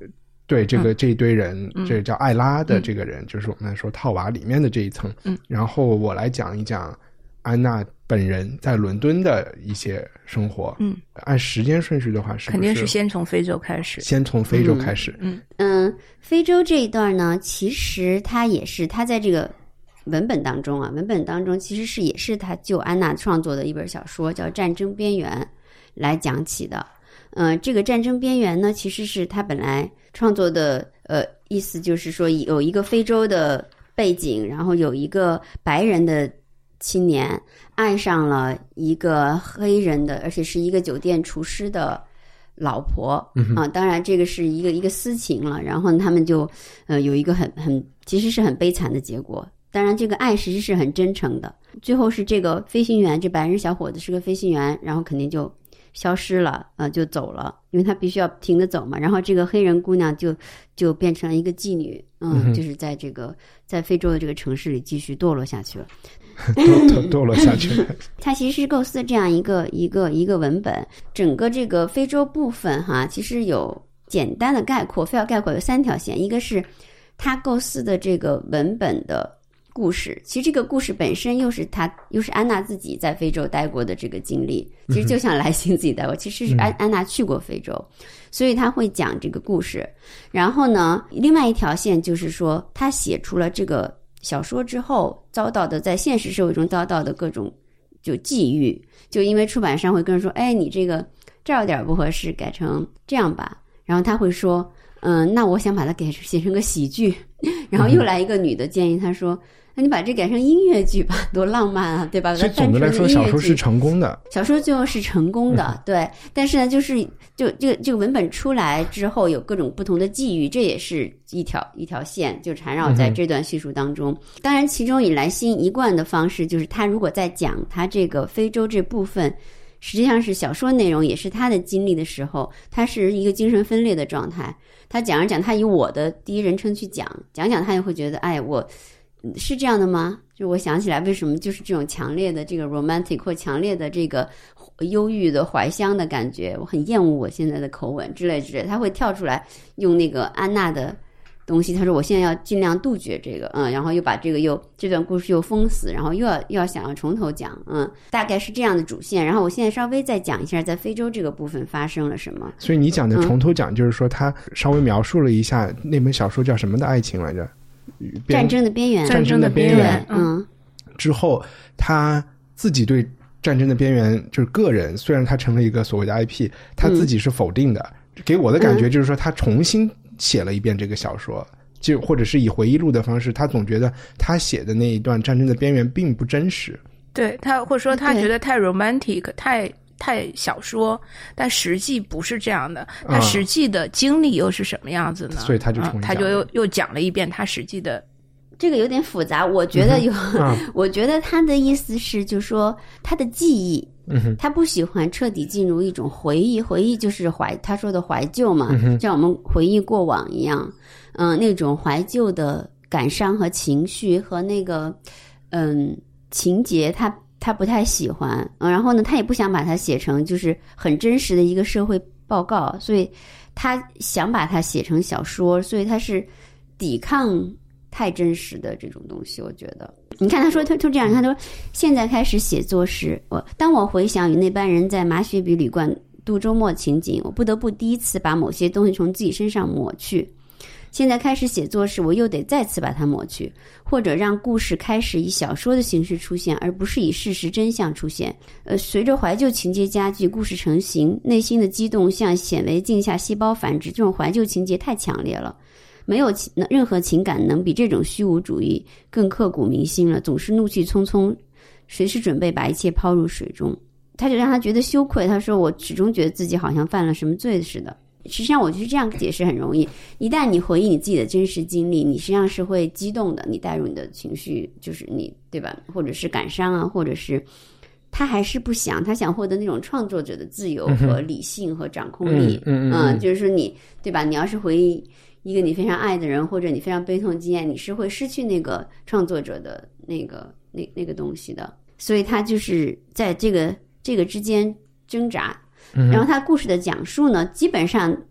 对，这个、 嗯、 这一堆人， 嗯、 这叫艾拉的这个人、嗯、就是我们说套娃里面的这一层。 嗯， 然后我来讲一讲安娜本人在伦敦的一些生活。 嗯， 按时间顺序的话，是不是肯定是先从非洲开始？ 先从非洲开始。 嗯嗯, 嗯，非洲这一段呢，其实他也是他在这个文本当中啊，文本当中其实是也是他就安娜创作的一本小说，叫《战争边缘》来讲起的。嗯、呃，这个《战争边缘》呢，其实是他本来创作的，呃，意思就是说有一个非洲的背景，然后有一个白人的青年爱上了一个黑人的，而且是一个酒店厨师的老婆、嗯、啊，当然这个是一个一个私情了，然后他们就呃有一个很很其实是很悲惨的结果。当然这个爱其实是很真诚的，最后是这个飞行员，这白人小伙子是个飞行员，然后肯定就消失了，呃，就走了，因为他必须要停着走嘛。然后这个黑人姑娘就就变成了一个妓女，嗯，嗯就是在这个在非洲的这个城市里继续堕落下去了， 堕堕落下去了。 他其实是构思这样一个一个一个文本，整个这个非洲部分哈，其实有简单的概括，非要概括有三条线，一个是他构思的这个文本的故事，其实这个故事本身又是他又是安娜自己在非洲待过的这个经历，其实就像莱辛自己待过，其实是安安娜去过非洲，所以他会讲这个故事。然后呢，另外一条线就是说他写出了这个小说之后遭到的在现实社会中遭到的各种就际遇，就因为出版商会跟人说，哎，你这个这儿有点不合适，改成这样吧。然后他会说，嗯，那我想把它给写成个喜剧。然后又来一个女的建议他说，那你把这改成音乐剧吧，多浪漫啊，对吧？ 所以总的来说小说是成功的， 小说最后是成功的、嗯、对。但是呢就是就这个这个文本出来之后有各种不同的际遇，这也是一条一条线就缠绕在这段叙述当中、嗯、当然其中以莱辛一贯的方式，就是他如果在讲他这个非洲这部分实际上是小说内容也是他的经历的时候，他是一个精神分裂的状态，他讲着讲他以我的第一人称去讲讲讲，他也会觉得哎我是这样的吗？就我想起来为什么就是这种强烈的这个 romantic 或强烈的这个忧郁的怀乡的感觉，我很厌恶我现在的口吻之类之类，他会跳出来用那个安娜的东西，他说我现在要尽量杜绝这个，嗯，然后又把这个又这段故事又封死，然后又要又要想要从头讲，嗯，大概是这样的主线。然后我现在稍微再讲一下在非洲这个部分发生了什么。 所以你讲的从头讲，就是说他稍微描述了一下那本小说叫什么的爱情来着？ 战争的边缘， 战争的边缘。 嗯， 之后他自己对战争的边缘就是个人，虽然他成了一个所谓的 I P， 他自己是否定的、嗯、给我的感觉就是说他重新写了一遍这个小说、嗯、就或者是以回忆录的方式，他总觉得他写的那一段战争的边缘并不真实， 对，他或者说他觉得太 romantic 太太小说，但实际不是这样的，他实际的经历又是什么样子呢？ 嗯、所以他就重新、嗯、 他就又又讲了一遍他实际的。 这个有点复杂，我觉得有、嗯啊、我觉得他的意思是就是说他的记忆、嗯、他不喜欢彻底进入一种回忆，回忆就是怀他说的怀旧嘛、嗯、像我们回忆过往一样，嗯，那种怀旧的感伤和情绪和那个嗯情节他他不太喜欢、嗯、然后呢他也不想把它写成就是很真实的一个社会报告，所以他想把它写成小说，所以他是抵抗太真实的这种东西。我觉得你看他说他就这样，他说现在开始写作时，我当我回想与那班人在马雪比旅馆度周末情景，我不得不第一次把某些东西从自己身上抹去，现在开始写作时我又得再次把它抹去，或者让故事开始以小说的形式出现，而不是以事实真相出现。呃，随着怀旧情节加剧，故事成型，内心的激动像显微镜下细胞繁殖，这种怀旧情节太强烈了，没有任何情感能比这种虚无主义更刻骨铭心了，总是怒气冲冲，随时准备把一切抛入水中。他就让他觉得羞愧，他说我始终觉得自己好像犯了什么罪似的。实际上我觉得这样解释很容易，一旦你回忆你自己的真实经历，你实际上是会激动的，你带入你的情绪，就是你对吧，或者是感伤啊，或者是他还是不想，他想获得那种创作者的自由和理性和掌控力。嗯 嗯, 嗯, 嗯就是说你对吧，你要是回忆一个你非常爱的人，或者你非常悲痛的经验，你是会失去那个创作者的那个那那个东西的，所以他就是在这个这个之间挣扎。然后他故事的讲述呢，基本上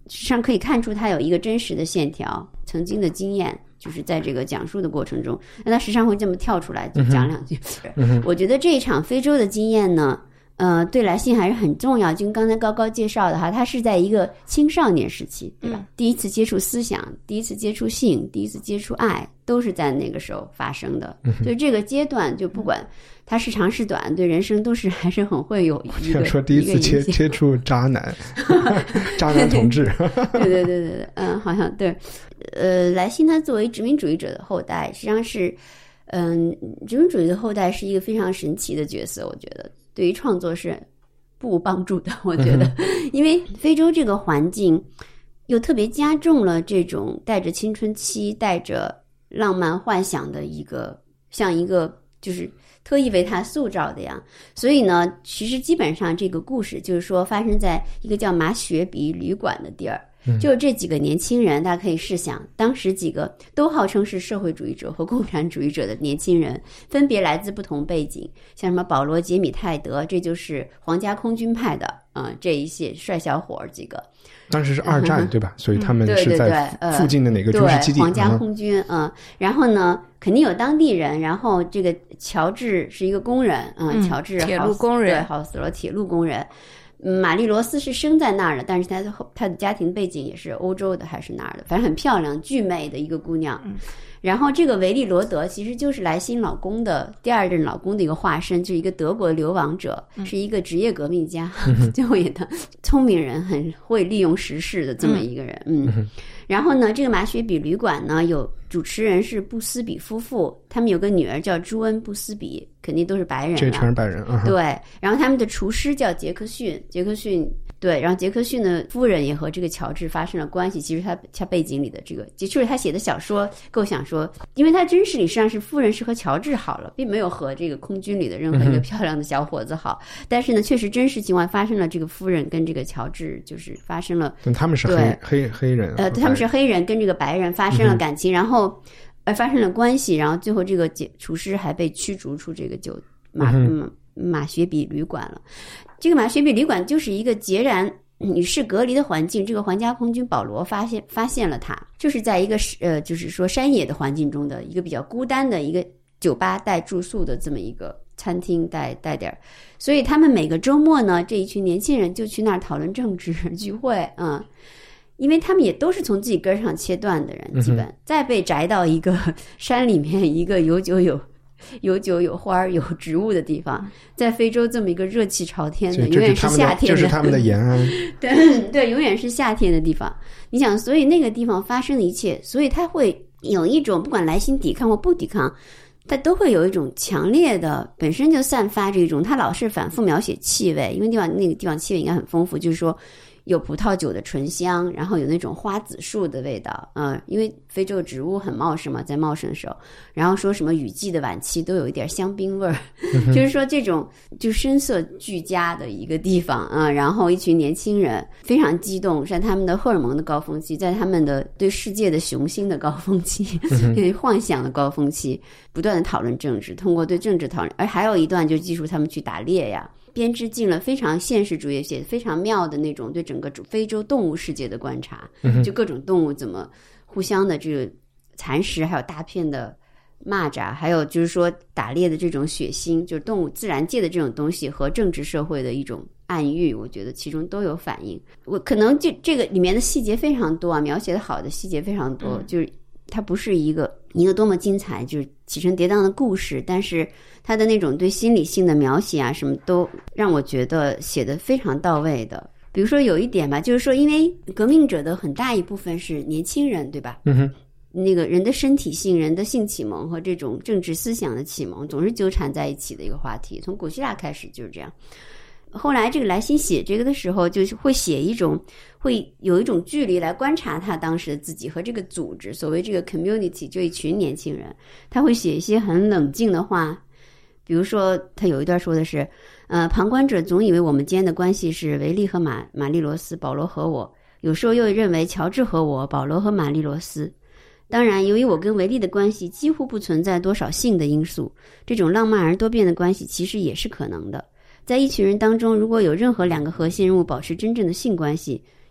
实际上可以看出他有一个真实的线条，曾经的经验，就是在这个讲述的过程中，那他时常会这么跳出来就讲两句。嗯、我觉得这一场非洲的经验呢，呃，对来信还是很重要。就刚才高高介绍的哈，他是在一个青少年时期，对吧？嗯、第一次接触思想，第一次接触性，第一次接触爱，都是在那个时候发生的。嗯、所以这个阶段，就不管他是长是短，对人生都是还是很会有一个。 说第一次接接触渣男，渣男同志。 对对对对对，嗯，好像对。呃，莱辛他作为殖民主义者的后代，实际上是，嗯，殖民主义的后代是一个非常神奇的角色，我觉得对于创作是不无帮助的。我觉得，嗯、因为非洲这个环境又特别加重了这种带着青春期、带着浪漫幻想的一个，像一个就是特意为他塑造的呀。所以呢，其实基本上这个故事就是说发生在一个叫马雪比旅馆的地儿。就这几个年轻人，大家可以试想，当时几个都号称是社会主义者和共产主义者的年轻人，分别来自不同背景，像什么保罗·杰米泰德，这就是皇家空军派的啊、呃，这一些帅小伙儿几个。 当时是二战、嗯、对吧？所以他们是在附近的哪个军事基地？ 对，皇家空军，嗯、呃，然后呢，肯定有当地人，然后这个乔治是一个工人，呃、嗯，乔治铁路工人， 对，好死了，铁路工人。玛丽罗斯是生在那儿的，但是她的她的家庭背景也是欧洲的还是哪儿的，反正很漂亮巨美的一个姑娘。嗯、然后这个维利罗德其实就是莱辛老公的第二任老公的一个化身，就是一个德国流亡者，嗯、是一个职业革命家，嗯、最后也的聪明人，很会利用时势的这么一个人。嗯，嗯然后呢，这个马雪比旅馆呢有主持人是布斯比夫妇，他们有个女儿叫朱恩·布斯比，肯定都是白人了， 这全是白人啊。 对，然后他们的厨师叫杰克逊，杰克逊对，然后杰克逊的夫人也和这个乔治发生了关系。其实他他背景里的这个，就是他写的小说构想说，因为他真实里实际上是夫人是和乔治好了，并没有和这个空军里的任何一个漂亮的小伙子好。嗯、但是呢，确实真实情况发生了，这个夫人跟这个乔治就是发生了， 他们是黑黑黑人， 呃，他们是黑人跟这个白人发生了感情，嗯、然后。而发生了关系，然后最后这个厨师还被驱逐出这个酒马、嗯、马雪比旅馆了。这个马雪比旅馆就是一个截然与世隔离的环境。这个皇家空军保罗发现发现了它，就是在一个呃，就是说山野的环境中的一个比较孤单的一个酒吧带住宿的这么一个餐厅带带点，所以他们每个周末呢，这一群年轻人就去那儿讨论政治聚会，嗯。因为他们也都是从自己根上切断的人，基本、嗯、再被宅到一个山里面，一个有酒有有酒有花有植物的地方，在非洲这么一个热气朝天的，永远是夏天的， 就是他们的延安。 对对，永远是夏天的地方。你想，所以那个地方发生的一切，所以他会有一种不管来信抵抗或不抵抗，他都会有一种强烈的，本身就散发这种，他老是反复描写气味，因为地方那个地方气味应该很丰富，就是说。有葡萄酒的醇香，然后有那种花紫树的味道，嗯、呃，因为非洲植物很茂盛嘛，在茂盛的时候，然后说什么雨季的晚期都有一点香槟味儿，嗯、就是说这种就声色俱佳的一个地方啊、呃。然后一群年轻人非常激动，在他们的荷尔蒙的高峰期，在他们的对世界的雄心的高峰期，对、嗯、幻想的高峰期，不断的讨论政治，通过对政治讨论，而还有一段就记述他们去打猎呀。编织进了非常现实主义写非常妙的那种对整个非洲动物世界的观察，就各种动物怎么互相的这个蚕食，还有大片的蚂蚱，还有就是说打猎的这种血腥，就是动物自然界的这种东西和政治社会的一种暗喻，我觉得其中都有反映。我可能这这个里面的细节非常多啊，描写的好的细节非常多，嗯、就是它不是一个一个多么精彩就是起承跌宕的故事，但是他的那种对心理性的描写啊，什么都让我觉得写得非常到位的。比如说有一点吧，就是说因为革命者的很大一部分是年轻人，对吧？嗯哼。那个人的身体性、人的性启蒙和这种政治思想的启蒙总是纠缠在一起的一个话题，从古希腊开始就是这样。后来这个莱辛写这个的时候，就是会写一种会有一种距离来观察他当时的自己和这个组织，所谓这个 community 这一群年轻人，他会写一些很冷静的话。比如说他有一段说的是呃，旁观者总以为我们间的关系是维利和马马利罗斯，保罗和我，有时候又认为乔治和我，保罗和马利罗斯。当然由于我跟维利的关系几乎不存在多少性的因素，这种浪漫而多变的关系其实也是可能的。在一群人当中，如果有任何两个核心人物保持真正的性关系，这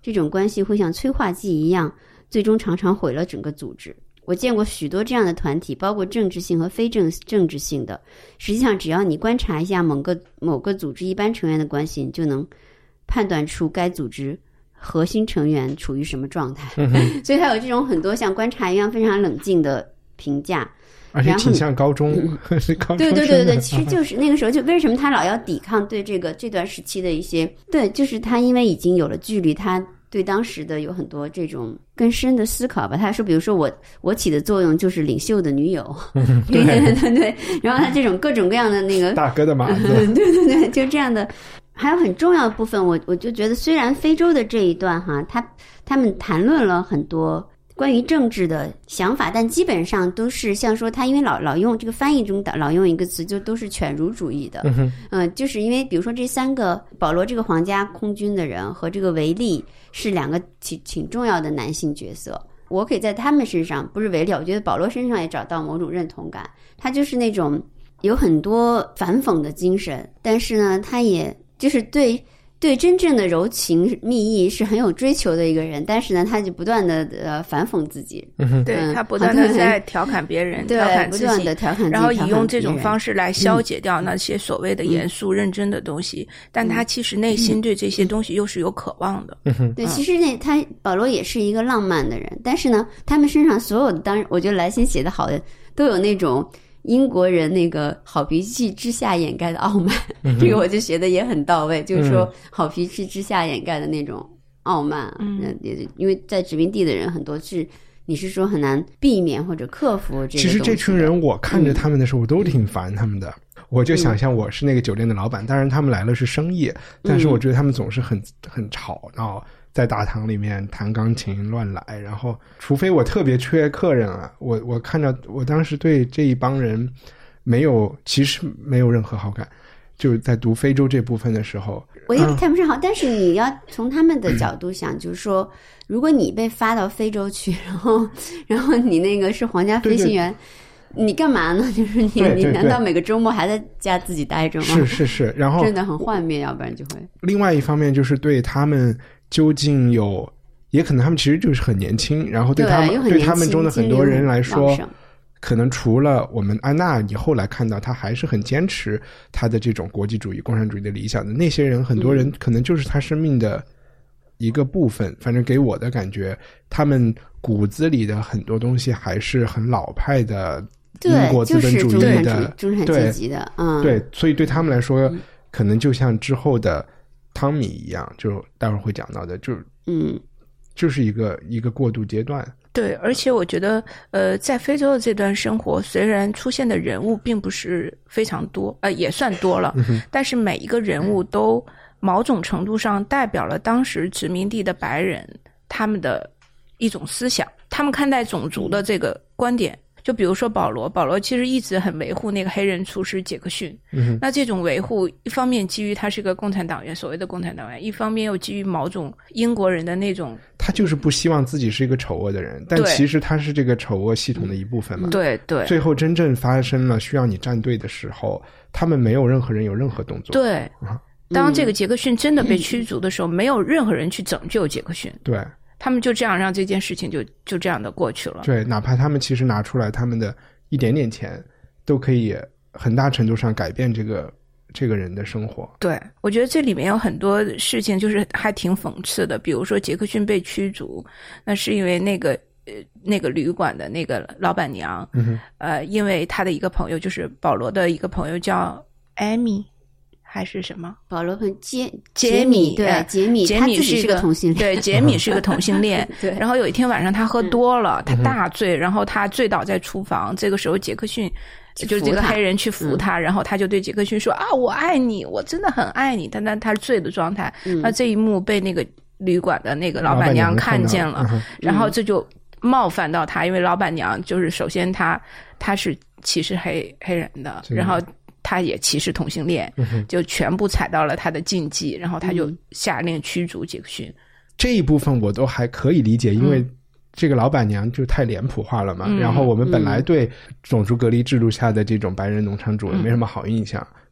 这种关系会像催化剂一样，最终常常毁了整个组织。我见过许多这样的团体，包括政治性和非政政治性的。实际上，只要你观察一下某个某个组织一般成员的关系，你就能判断出该组织核心成员处于什么状态。嗯、所以他有这种很多像观察一样非常冷静的评价， 而且挺像高中，嗯、是高中对对对对，其实就是那个时候，就为什么他老要抵抗对这个这段时期的一些，对，就是他因为已经有了距离，他对当时的有很多这种更深的思考吧。他说，比如说我我起的作用就是领袖的女友，嗯、对对对对，然后他这种各种各样的那个大哥的马子， 对对对，就这样的。还有很重要的部分，我我就觉得，虽然非洲的这一段哈，他他们谈论了很多关于政治的想法，但基本上都是像说他因为老老用这个翻译中老用一个词，就都是犬儒主义的。嗯、呃，就是因为比如说这三个保罗这个皇家空军的人和这个维利是两个挺挺重要的男性角色，我可以在他们身上，不是维利，我觉得保罗身上也找到某种认同感。他就是那种有很多反讽的精神，但是呢，他也就是对对真正的柔情蜜意是很有追求的一个人，但是呢，他就不断的呃反讽自己， 嗯、对他不断的在调侃别人， 对， 调侃自己， 不断的调侃自己， 然后以用这种方式来消解掉那些所谓的严肃、嗯、认真的东西，但他其实内心对这些东西又是有渴望的。 嗯、对，其实那他保罗也是一个浪漫的人，但是呢，他们身上所有的，当然，我觉得莱辛写的好的都有那种英国人那个好脾气之下掩盖的傲慢，嗯、这个我就学的也很到位，嗯、就是说好脾气之下掩盖的那种傲慢。嗯，因为在殖民地的人很多是，你是说很难避免或者克服这个。 其实这群人我看着他们的时候，我都挺烦他们的。嗯、我就想象我是那个酒店的老板，当然他们来了是生意，但是我觉得他们总是很很吵闹。在大堂里面弹钢琴乱来，然后除非我特别缺客人啊，我我看到我当时对这一帮人没有，其实没有任何好感。就是在读非洲这部分的时候， 我也谈不上好，嗯、但是你要从他们的角度想，嗯、就是说，如果你被发到非洲去，然后然后你那个是皇家飞行员。对对，你干嘛呢？就是你， 对对对， 你难道每个周末还在家自己待着吗？ 是是是，然后真的很幻灭，要不然就会。 另外一方面就是对他们究竟有，也可能他们其实就是很年轻，然后对他们 对, 对他们中的很多人来说，可能除了我们安娜以后来看到他还是很坚持他的这种国际主义、共产主义的理想的那些人，很多人可能就是他生命的一个部分。嗯、反正给我的感觉，他们骨子里的很多东西还是很老派的。英国资本主义的中产阶级的，嗯， 对，所以对他们来说，嗯、可能就像之后的汤米一样，就待会儿会讲到的，就嗯，就是一个一个过渡阶段。 对，而且我觉得，呃，在非洲的这段生活，虽然出现的人物并不是非常多，呃，也算多了，嗯、但是每一个人物都某种程度上代表了当时殖民地的白人他们的一种思想，他们看待种族的这个观点。就比如说保罗，保罗其实一直很维护那个黑人厨师杰克逊。嗯，那这种维护，一方面基于他是个共产党员，所谓的共产党员，一方面又基于某种英国人的那种， 他就是不希望自己是一个丑恶的人，但其实他是这个丑恶系统的一部分嘛。 对对。 最后真正发生了需要你站队的时候，他们没有任何人有任何动作。 对。啊、当这个杰克逊真的被驱逐的时候，嗯、没有任何人去拯救杰克逊。 对。 他们就这样让这件事情就就这样的过去了。 对，哪怕他们其实拿出来他们的一点点钱，都可以很大程度上改变这个这个人的生活。 对，我觉得这里面有很多事情就是还挺讽刺的，比如说杰克逊被驱逐，那是因为那个呃那个旅馆的那个老板娘，嗯、呃，因为他的一个朋友就是保罗的一个朋友叫艾米。还是什么？ 保罗和杰杰米， 对，杰米， 杰米是个同性恋，对，杰米是个同性恋。 对。 然后有一天晚上他喝多了，嗯、他大醉，然后他醉倒在厨房。这个时候杰克逊就是这个黑人去扶他，嗯、然后他就对杰克逊说：“啊，我爱你，我真的很爱你。”但但他是醉的状态。嗯、那这一幕被那个旅馆的那个老板娘看见了， 嗯、 然后这就冒犯到他，因为老板娘就是首先他他是歧视黑黑人的，然后。他也歧视同性恋，就全部踩到了他的禁忌，然后他就下令驱逐杰克逊。 这一部分我都还可以理解，因为这个老板娘就太脸谱化了嘛。嗯、然后我们本来对种族隔离制度下的这种白人农场主没什么好印象， 嗯、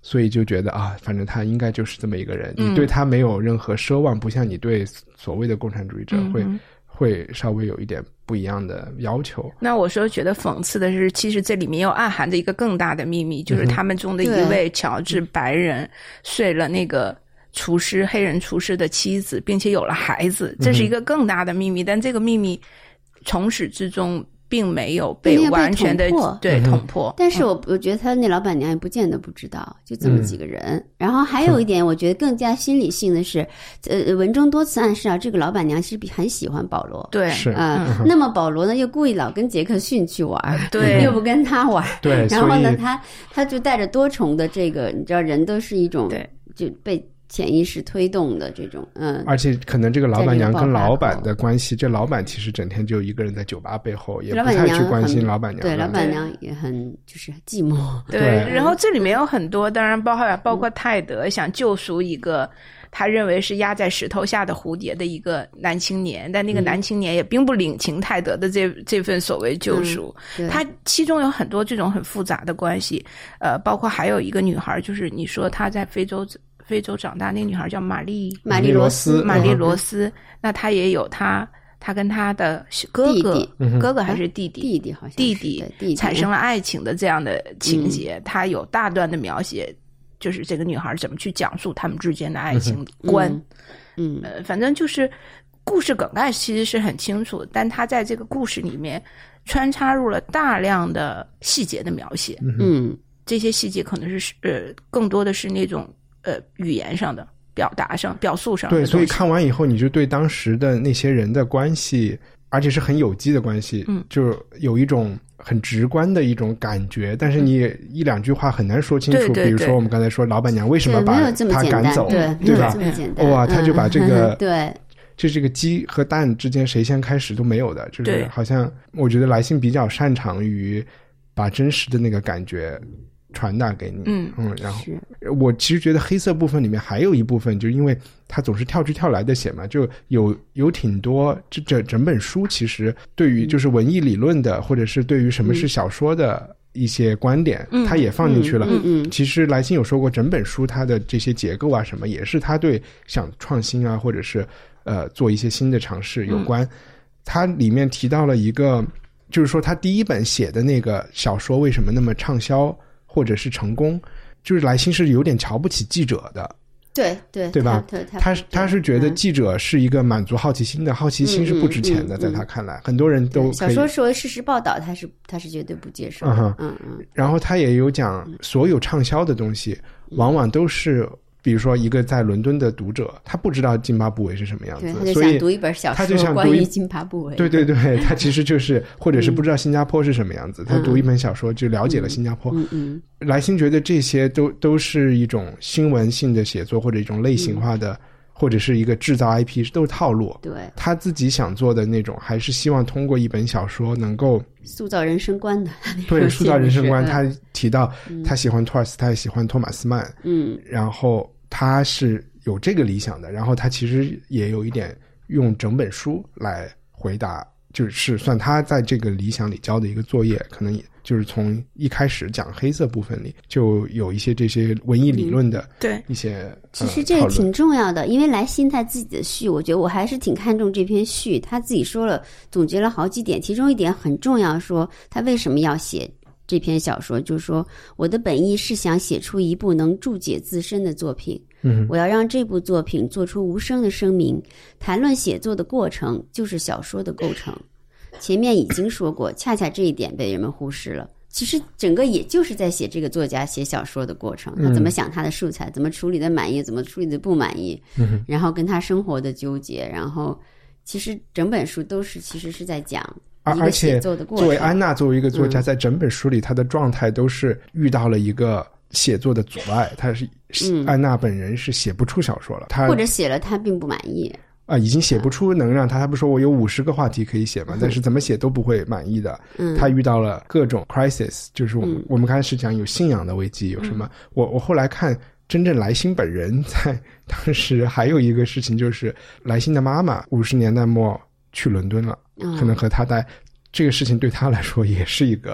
所以就觉得啊，反正他应该就是这么一个人， 嗯、 你对他没有任何奢望，不像你对所谓的共产主义者会、嗯、会稍微有一点不一样的要求。 那我说觉得讽刺的是，其实这里面又暗含着一个更大的秘密，就是他们中的一位乔治白人睡了那个厨师黑人厨师的妻子，并且有了孩子，这是一个更大的秘密、嗯、但这个秘密从始至终并没有被完全的对捅破。 但是我我觉得他那老板娘也不见得不知道，就这么几个人、嗯、然后还有一点我觉得更加心理性的是呃，文中多次暗示到这个老板娘其实很喜欢保罗， 对， 是呃、嗯、那么保罗呢又故意老跟杰克逊去玩， 对， 又不跟他玩， 对， 然后呢他他就带着多重的这个，你知道人都是一种对就被潜意识推动的这种，嗯， 而且可能这个老板娘跟老板的关系，这老板其实整天就一个人在酒吧背后，也不太去关心老板娘。 对，老板娘也很就是寂寞。 对，对然后这里面有很多，当然包括包括泰德、嗯、想救赎一个他认为是压在石头下的蝴蝶的一个男青年，但那个男青年也并不领情泰德的这这份所谓救赎、嗯、他其中有很多这种很复杂的关系，呃，包括还有一个女孩，就是你说她在非洲。非洲长大那个女孩叫玛丽玛丽罗斯玛丽罗斯、嗯、那她也有她她跟她的哥哥弟弟哥哥还是弟弟、啊、 弟弟好像弟弟弟弟产生了爱情的这样的情节、嗯、她有大段的描写，就是这个女孩怎么去讲述他们之间的爱情观。 嗯, 嗯呃，反正就是故事梗概其实是很清楚，但她在这个故事里面穿插入了大量的细节的描写。 嗯， 这些细节可能是呃更多的是那种呃，语言上的表达上表述上的， 对，所以看完以后你就对当时的那些人的关系，而且是很有机的关系， 嗯， 就有一种很直观的一种感觉，但是你一两句话很难说清楚。 对对对， 比如说我们刚才说老板娘为什么把他赶走， 对， 对吧？哇，他就把这个、 嗯、对， 就这个鸡和蛋之间谁先开始都没有的，就是好像我觉得来信比较擅长于把真实的那个感觉传达给你。 嗯嗯，然后我其实觉得黑色部分里面还有一部分，就是因为他总是跳去跳来的写嘛，就有有挺多这这整本书其实对于就是文艺理论的、嗯、或者是对于什么是小说的一些观点、嗯、他也放进去了。 嗯 嗯, 嗯其实来信有说过，整本书它的这些结构啊什么也是他对想创新啊或者是呃做一些新的尝试有关。他、嗯、里面提到了一个，就是说他第一本写的那个小说为什么那么畅销或者是成功，就是来信是有点瞧不起记者的。 对对对吧？ 他他他是觉得记者是一个满足好奇心的，嗯、好奇心是不值钱的，嗯嗯嗯、在他看来，很多人都可以小说作为事实报道，他是他是绝对不接受的。嗯嗯嗯。 然后他也有讲，所有畅销的东西，往往都是。比如说一个在伦敦的读者，他不知道津巴布韦是什么样子， 对，他就想读一本小说关于津巴布韦。 对对对，他其实就是或者是不知道新加坡是什么样子，嗯、他读一本小说就了解了新加坡。 嗯嗯。 来信觉得这些都都是一种新闻性的写作，或者一种类型化的，嗯、或者是一个制造 I P， 都是套路。 对。 他自己想做的那种，还是希望通过一本小说能够塑造人生观的。 对，塑造人生观。他提到他喜欢托尔斯泰，喜欢托马斯曼。 嗯。 然后。他是有这个理想的，然后他其实也有一点用整本书来回答，就是算他在这个理想里交的一个作业，可能也就是从一开始讲黑色部分里就有一些这些文艺理论的对一些、 嗯、其实这个挺重要的，因为来信他自己的序，我觉得我还是挺看重这篇序，他自己说了总结了好几点，其中一点很重要，说他为什么要写这篇小说，就是说我的本意是想写出一部能注解自身的作品， 嗯， 我要让这部作品做出无声的声明，谈论写作的过程就是小说的构成。前面已经说过，恰恰这一点被人们忽视了。其实整个也就是在写这个作家写小说的过程，他怎么想他的素材，怎么处理的满意，怎么处理的不满意， 嗯， 然后跟他生活的纠结，然后其实整本书都是其实是在讲一个写作的过程。 作为安娜作为一个作家，嗯、在整本书里她的状态都是遇到了一个写作的阻碍，她是、嗯、安娜本人是写不出小说了，她或者写了她并不满意啊，已经写不出能让他，他不说我有五十个话题可以写嘛，嗯、但是怎么写都不会满意的。 嗯， 他遇到了各种 crisis， 就是我们、嗯、我们开始讲有信仰的危机，有什么？嗯、我我后来看真正来信本人在当时还有一个事情，就是来信的妈妈五十年代末去伦敦了， 嗯、 可能和他在这个事情对他来说也是一个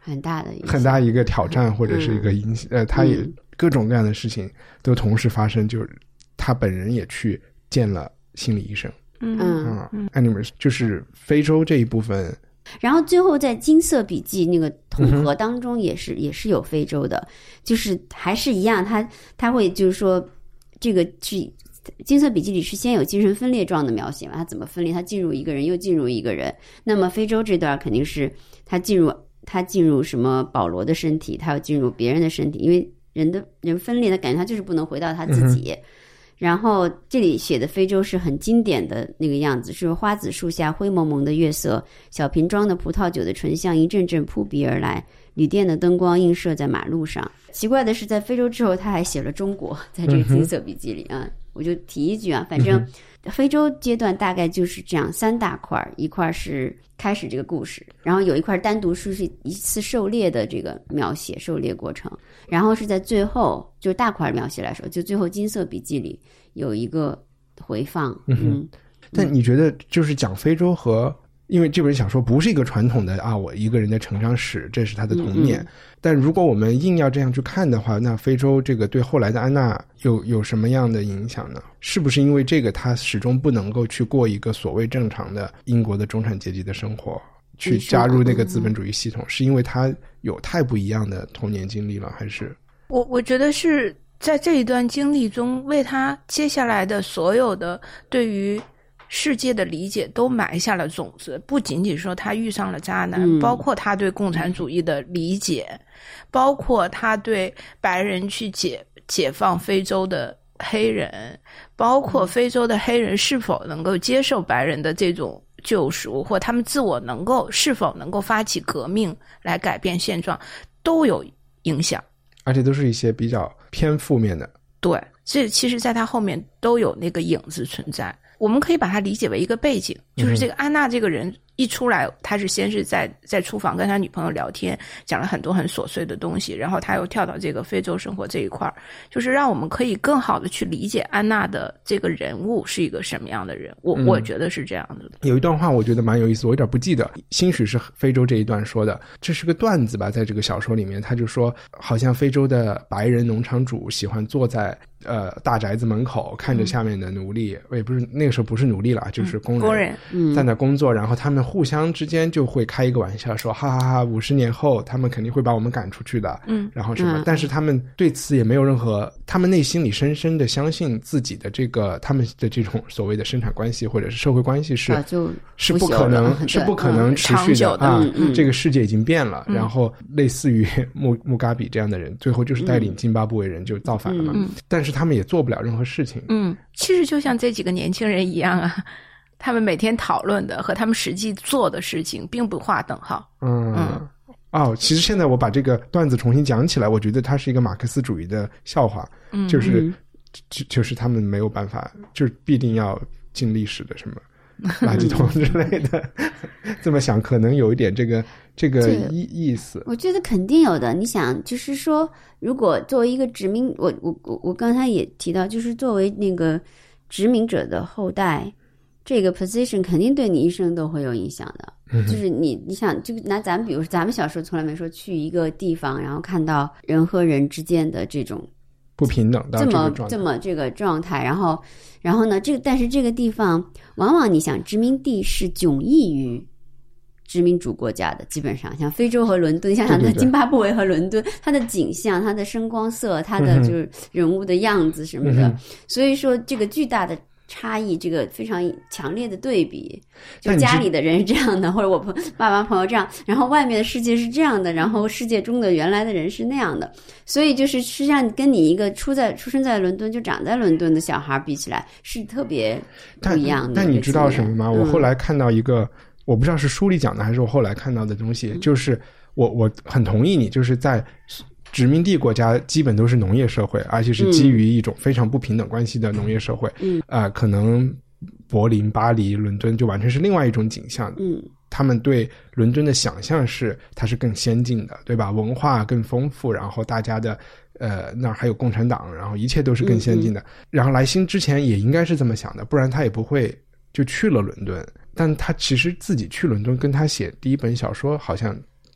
很大的影响很大一个挑战或者是一个影响、嗯、呃，他也各种各样的事情都同时发生，就是他本人也去见了心理医生。 嗯嗯嗯 Animals 就是非洲这一部分。 然后最后在金色笔记那个统合当中也是、嗯、也是有非洲的，就是还是一样，他他会就是说这个是金色笔记里是先有精神分裂状的描写嘛，他怎么分裂，他进入一个人又进入一个人。那么非洲这段肯定是他进入他进入什么保罗的身体，他要进入别人的身体，因为人的人分裂的感觉他就是不能回到他自己、嗯、然后这里写的非洲是很经典的那个样子，是花子树下灰蒙蒙的月色，小瓶装的葡萄酒的醇香一阵阵扑鼻而来，旅店的灯光映射在马路上。奇怪的是在非洲之后他还写了中国，在这个金色笔记里啊、嗯，我就提一句啊，反正非洲阶段大概就是这样三大块，一块是开始这个故事，然后有一块单独是一次狩猎的这个描写，狩猎过程，然后是在最后就大块描写来说，就最后金色笔记里有一个回放。嗯，嗯但你觉得就是讲非洲和，因为这本小说不是一个传统的啊，我一个人的成长史，这是他的童年、嗯、但如果我们硬要这样去看的话，那非洲这个对后来的安娜有有什么样的影响呢？是不是因为这个他始终不能够去过一个所谓正常的英国的中产阶级的生活，去加入那个资本主义系统，是因为他有太不一样的童年经历了，还是？ 我我觉得是在这一段经历中为他接下来的所有的对于世界的理解都埋下了种子，不仅仅说他遇上了渣男、嗯、包括他对共产主义的理解、嗯、包括他对白人去解解放非洲的黑人，包括非洲的黑人是否能够接受白人的这种救赎，或他们自我能够是否能够发起革命来改变现状，都有影响， 而且都是一些比较偏负面的。 对，这其实在他后面都有那个影子存在。我们可以把它理解为一个背景，就是这个安娜这个人一出来，他是先是在在厨房跟他女朋友聊天，讲了很多很琐碎的东西，然后他又跳到这个非洲生活这一块，就是让我们可以更好的去理解安娜的这个人物是一个什么样的人。我、嗯、我觉得是这样的。 有一段话我觉得蛮有意思，我有点不记得，兴许是非洲这一段说的，这是个段子吧，在这个小说里面，他就说好像非洲的白人农场主喜欢坐在呃大宅子门口看着下面的奴隶，嗯、也不是那个时候不是奴隶了，就是工人，嗯、工人、嗯、在那工作，然后他们互相之间就会开一个玩笑说哈哈哈，五十年后他们肯定会把我们赶出去的，嗯，然后什么、嗯、但是他们对此也没有任何，他们内心里深深的相信自己的这个他们的这种所谓的生产关系或者是社会关系是、啊、是不可能是不可能持续的、嗯、啊、嗯，这个世界已经变了、嗯、然后类似于穆穆嘎比这样的人最后就是带领津巴布韦人就造反了嘛、嗯嗯、但是他们也做不了任何事情。 嗯，其实就像这几个年轻人一样啊，他们每天讨论的和他们实际做的事情并不划等号。 嗯嗯，哦，其实现在我把这个段子重新讲起来，我觉得它是一个马克思主义的笑话，嗯、就是、嗯、就就是他们没有办法，就是必定要进历史的什么垃圾桶之类的，这么想可能有一点这个这个意意思。 我觉得肯定有的。你想，就是说，如果作为一个殖民，我我我我刚才也提到，就是作为那个殖民者的后代。这个 position 肯定对你一生都会有影响的，嗯、就是你你想就拿咱们比如说咱们小时候从来没说去一个地方，然后看到人和人之间的这种不平等到这么这么这个状态，然后然后呢这个但是这个地方往往你想殖民地是迥异于殖民主国家的，基本上像非洲和伦敦，想想它津巴布韦和伦敦，它的景象、它的声光色、它的就是人物的样子什么的，嗯、所以说这个巨大的差异，这个非常强烈的对比，就家里的人是这样的，或者我爸妈朋友这样，然后外面的世界是这样的，然后世界中的原来的人是那样的，所以就是实际上跟你一个出在出生在伦敦就长在伦敦的小孩比起来是特别不一样的。 但你知道什么吗？嗯、我后来看到一个，我不知道是书里讲的还是我后来看到的东西，嗯、就是我我很同意你，就是在殖民地国家基本都是农业社会，而且是基于一种非常不平等关系的农业社会。嗯，啊、呃，可能柏林、巴黎、伦敦就完全是另外一种景象。嗯，他们对伦敦的想象是它是更先进的，对吧？文化更丰富，然后大家的呃那儿还有共产党，然后一切都是更先进的。嗯嗯，然后莱辛之前也应该是这么想的，不然他也不会就去了伦敦。但他其实自己去伦敦跟他写第一本小说好像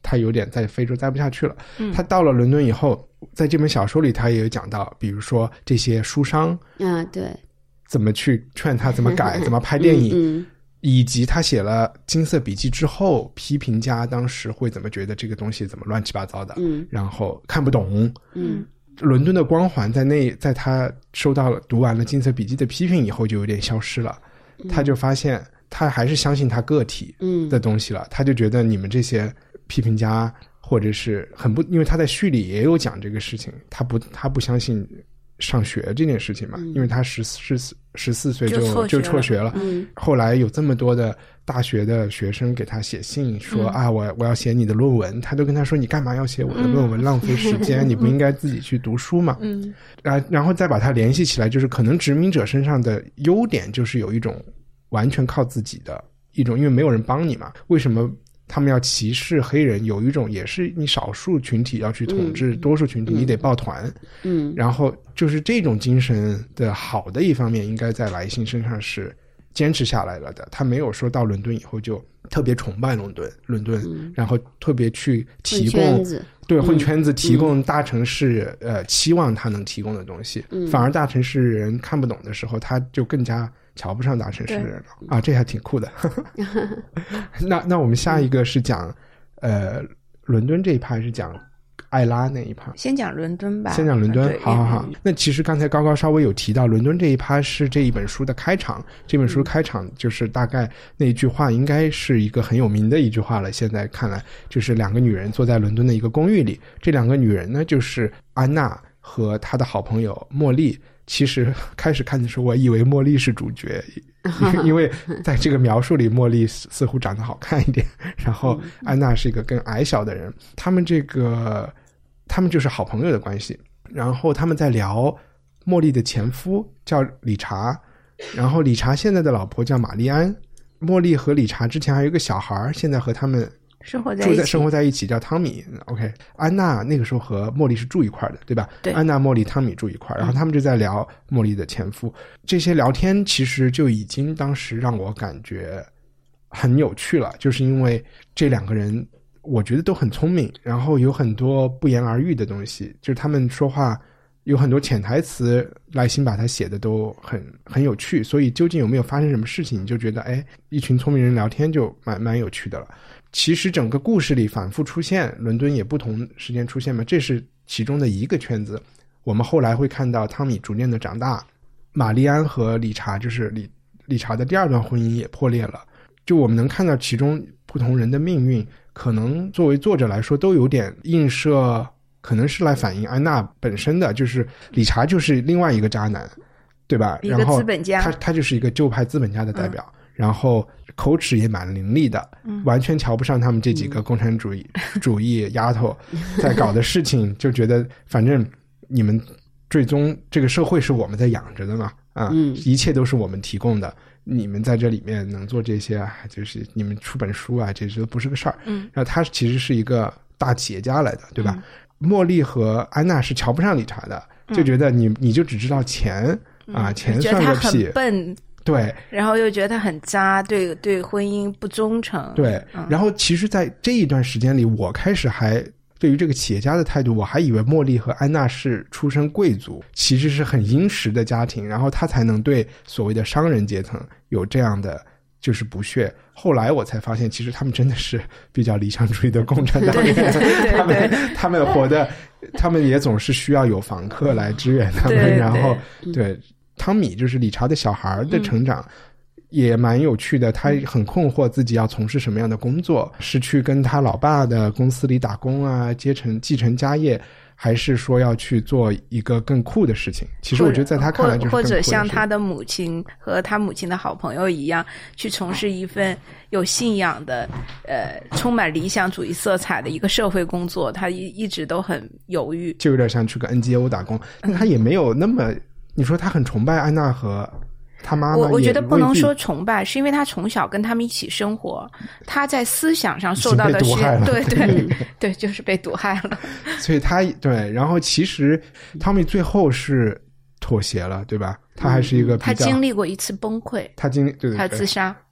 他有点在非洲待不下去了。嗯、他到了伦敦以后，在这本小说里他也有讲到，比如说这些书商啊，对， 怎么去劝他怎么改怎么拍电影、 嗯嗯、 以及他写了金色笔记之后，批评家当时会怎么觉得这个东西怎么乱七八糟的， 嗯， 然后看不懂， 嗯， 伦敦的光环在那在他收到了读完了金色笔记的批评以后就有点消失了，嗯、他就发现他还是相信他个体的东西了、嗯、他就觉得你们这些批评家或者是很不，因为他在序里也有讲这个事情，他不他不相信上学这件事情嘛、嗯、因为他十十十四岁就就辍学了、 嗯、 后来有这么多的大学的学生给他写信说、嗯、啊我我要写你的论文，他都跟他说你干嘛要写我的论文、嗯、浪费时间、嗯、你不应该自己去读书嘛， 嗯， 然然后再把它联系起来，就是可能殖民者身上的优点就是有一种完全靠自己的一种，因为没有人帮你嘛，为什么他们要歧视黑人，有一种也是你少数群体要去统治多数群体、嗯、你得抱团， 嗯， 然后就是这种精神的好的一方面应该在来信身上是坚持下来了的，他没有说到伦敦以后就特别崇拜伦敦伦敦、嗯、然后特别去提供对混圈子、嗯、提供大城市、嗯、呃期望他能提供的东西、嗯、反而大城市人看不懂的时候他就更加瞧不上大城市的人了啊，这还挺酷的那那我们下一个是讲呃伦敦这一趴，是讲艾拉那一趴？ 先讲伦敦吧。 先讲伦敦，好好好、 嗯。 那其实刚才高高稍微有提到，伦敦这一趴是这一本书的开场。这本书开场就是大概那一句话，应该是一个很有名的一句话了。现在看来，就是两个女人坐在伦敦的一个公寓里，这两个女人呢，就是安娜和她的好朋友茉莉。其实开始看的时候，我以为茉莉是主角，因为在这个描述里，茉莉似乎长得好看一点，然后安娜是一个更矮小的人。他们这个，他们就是好朋友的关系。然后他们在聊茉莉的前夫叫理查，然后理查现在的老婆叫玛丽安。茉莉和理查之前还有一个小孩，现在和他们生活在一起， 住在生活在一起，叫汤米。OK， 安娜那个时候和茉莉是住一块的，对吧？ 对， 安娜、茉莉、汤米住一块，然后他们就在聊茉莉的前夫。这些聊天其实就已经当时让我感觉很有趣了，就是因为这两个人，我觉得都很聪明，然后有很多不言而喻的东西，就是他们说话有很多潜台词，赖辛把它写的都很很有趣。所以究竟有没有发生什么事情，你就觉得哎，一群聪明人聊天就蛮蛮有趣的了。其实整个故事里反复出现，伦敦也不同时间出现嘛，这是其中的一个圈子。我们后来会看到汤米逐渐的长大，玛丽安和理查，就是理理查的第二段婚姻也破裂了。就我们能看到其中不同人的命运，可能作为作者来说都有点映射，可能是来反映安娜本身的，就是理查就是另外一个渣男，对吧？ 一个资本家， 然后他他就是一个旧派资本家的代表。嗯，然后口齿也蛮伶俐的、嗯、完全瞧不上他们这几个共产主义、嗯、主义丫头在搞的事情，就觉得反正你们最终这个社会是我们在养着的嘛，啊、嗯，一切都是我们提供的，你们在这里面能做这些，就是你们出本书啊，这都不是个事儿。嗯，然后他其实是一个大企业家来的，对吧？嗯、茉莉和安娜是瞧不上理查的，就觉得你你就只知道钱、嗯、啊，钱算个屁， 觉得他很笨。 对， 然后又觉得他很渣，对对婚姻不忠诚。 对、嗯，然后其实在这一段时间里，我开始还对于这个企业家的态度，我还以为茉莉和安娜是出身贵族，其实是很殷实的家庭，然后他才能对所谓的商人阶层有这样的就是不屑。后来我才发现，其实他们真的是比较理想主义的共产党人，他们他们活的，他们也总是需要有房客来支援他们， 对对然后对。汤米就是理查的小孩的成长、嗯、也蛮有趣的，他很困惑自己要从事什么样的工作，是去跟他老爸的公司里打工啊，接承继承家业，还是说要去做一个更酷的事情。其实我觉得在他看来就是更酷的事情，或者像他的母亲和他母亲的好朋友一样，去从事一份有信仰的呃充满理想主义色彩的一个社会工作，他一一直都很犹豫， 就有点像去个 N G O 打工，但他也没有那么、嗯你说他很崇拜安娜和他妈妈， 我我觉得不能说崇拜，是因为他从小跟他们一起生活，他在思想上受到的是对对对，就是被毒害了。 所以他对，然后其实汤米最后是妥协了，对吧？他还是一个比较、 嗯、他经历过一次崩溃， 他经历对对对， 他自杀。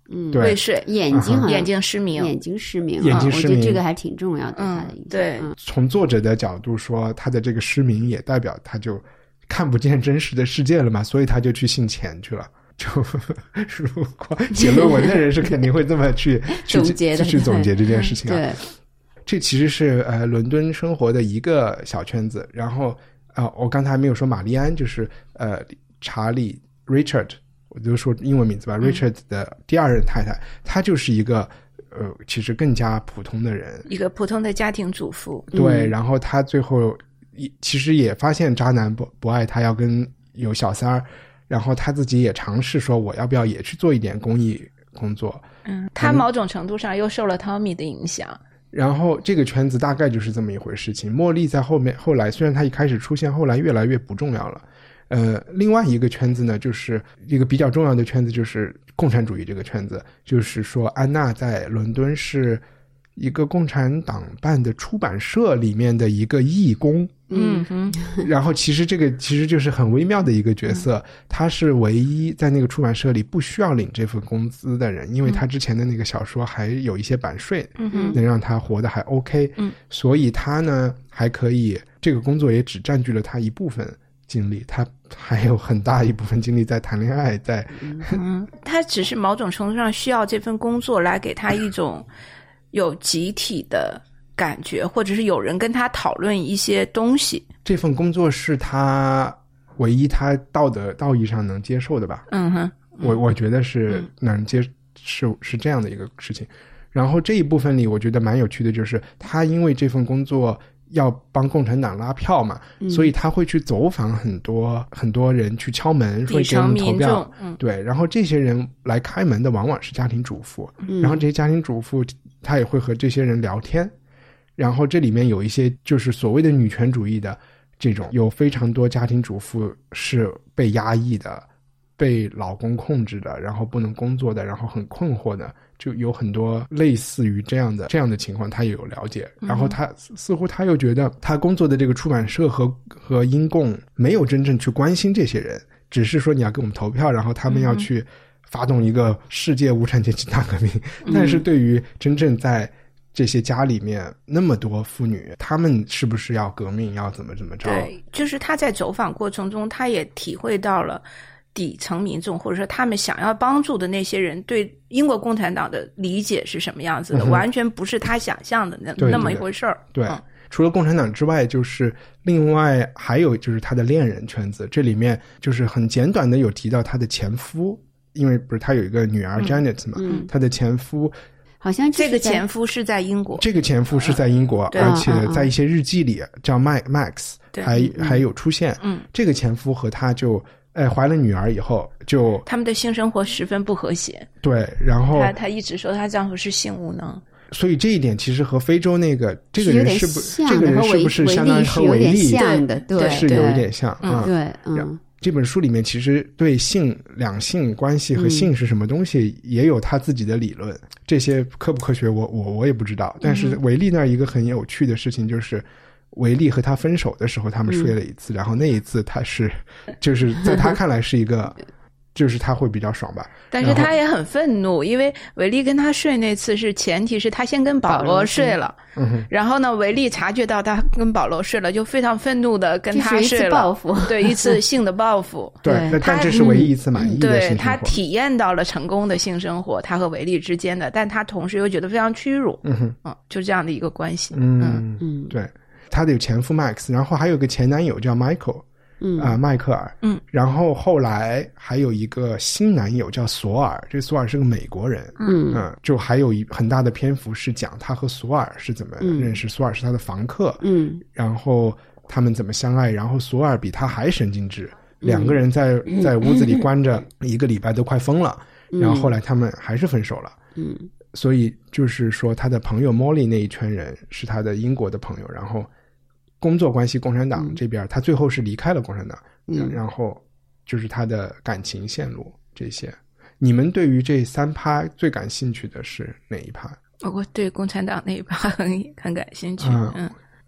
嗯， 未遂， 眼睛好像眼睛失明， 眼睛失明， 眼睛失明， 我觉得这个还挺重要的。 嗯， 他的影响对、 嗯。 从作者的角度说，他的这个失明也代表他就看不见真实的世界了嘛，所以他就去信钱去了。就如果写论文的人是肯定会这么去总结的， 去总结这件事情啊。 对， 这其实是呃伦敦生活的一个小圈子。然后啊、呃，我刚才还没有说玛丽安，就是呃查理 Richard。我就说英文名字吧、嗯、Richard 的第二任太太，她就是一个呃，其实更加普通的人， 一个普通的家庭主妇。 对， 嗯、 然后她最后其实也发现渣男不不爱她，要跟有小三儿，然后她自己也尝试说我要不要也去做一点公益工作。 嗯，她某种程度上又受了 Tommy 的影响。 然后这个圈子大概就是这么一回事情。茉莉在后面后来虽然她一开始出现，后来越来越不重要了。呃，另外一个圈子呢，就是一个比较重要的圈子，就是共产主义这个圈子。就是说，安娜在伦敦是一个共产党办的出版社里面的一个义工。 嗯哼。 然后其实这个其实就是很微妙的一个角色，他是唯一在那个出版社里不需要领这份工资的人，因为他之前的那个小说还有一些版税， 嗯， 能让他活得还 OK。 嗯， 所以他呢还可以，这个工作也只占据了他一部分精力，他还有很大一部分精力在谈恋爱，在嗯，他只是某种程度上需要这份工作来给他一种有集体的感觉，或者是有人跟他讨论一些东西。 这份工作是他唯一他道德道义上能接受的吧？ 嗯哼， 我我觉得是能接、嗯、是是这样的一个事情。然后这一部分里，我觉得蛮有趣的，就是他因为这份工作要帮共产党拉票嘛、嗯、所以他会去走访很多很多人，去敲门说给我们投票、 嗯、 对，然后这些人来开门的往往是家庭主妇、嗯、然后这些家庭主妇他也会和这些人聊天，然后这里面有一些就是所谓的女权主义的这种，有非常多家庭主妇是被压抑的，被老公控制的，然后不能工作的，然后很困惑的，就有很多类似于这样的这样的情况他也有了解。然后他、嗯、似乎他又觉得他工作的这个出版社和和英共没有真正去关心这些人，只是说你要给我们投票，然后他们要去发动一个世界无产阶级大革命、嗯、但是对于真正在这些家里面那么多妇女，他们是不是要革命，要怎么怎么着？ 对，就是他在走访过程中他也体会到了底层民众或者说他们想要帮助的那些人对英国共产党的理解是什么样子的、嗯、完全不是他想象的那那么一回事儿。 对、 嗯， 除了共产党之外，就是另外还有就是他的恋人圈子，这里面就是很简短的有提到他的前夫，因为不是他有一个女儿 Janet 嘛、嗯、他的前夫好像这个前夫是在英国， 这个前夫是在英国、嗯、而且在一些日记里叫 Max 还还有出现。 嗯， 这个前夫和他就哎，怀了女儿以后，就他们的性生活十分不和谐。 对，然后她她一直说她丈夫是性无能， 所以这一点其实和非洲那个这个人是不这个人是不是相当于和维利像的？对， 是有一点像啊。 对，嗯。 这本书里面其实对性、两性关系和性是什么东西也有他自己的理论，嗯、这些科不科学我我我也不知道。但是维利那儿一个很有趣的事情就是。维利和他分手的时候他们睡了一次、嗯、然后那一次他是就是在他看来是一个就是他会比较爽吧， 但是他也很愤怒，因为维利跟他睡那次是前提是他先跟保罗睡了， 嗯、 然后呢维利察觉到他跟保罗睡了，就非常愤怒的跟他睡了， 一次报复， 对，一次性的报复对，但这是唯一一次满意的性生活、 嗯、对，他体验到了成功的性生活，他和维利之间的，但他同时又觉得非常屈辱， 嗯哼， 嗯，就这样的一个关系。 嗯嗯，对，他的前夫 Max， 然后还有个前男友叫 Michael， 嗯啊、呃，迈克尔， 嗯， 然后后来还有一个新男友叫索尔，这索尔是个美国人， 嗯嗯、呃，就还有一很大的篇幅是讲他和索尔是怎么认识，嗯、索尔是他的房客， 嗯， 然后他们怎么相爱，然后索尔比他还神经质，两个人在在屋子里关着一个礼拜都快疯了， 嗯、 然后后来他们还是分手了， 嗯。 所以就是说他的朋友 Molly 那一圈人是他的英国的朋友，然后工作关系共产党这边、嗯、他最后是离开了共产党、嗯、然后就是他的感情线路这些。你们对于这三趴最感兴趣的是哪一趴？ 我对共产党那一趴很很感兴趣。 嗯， 嗯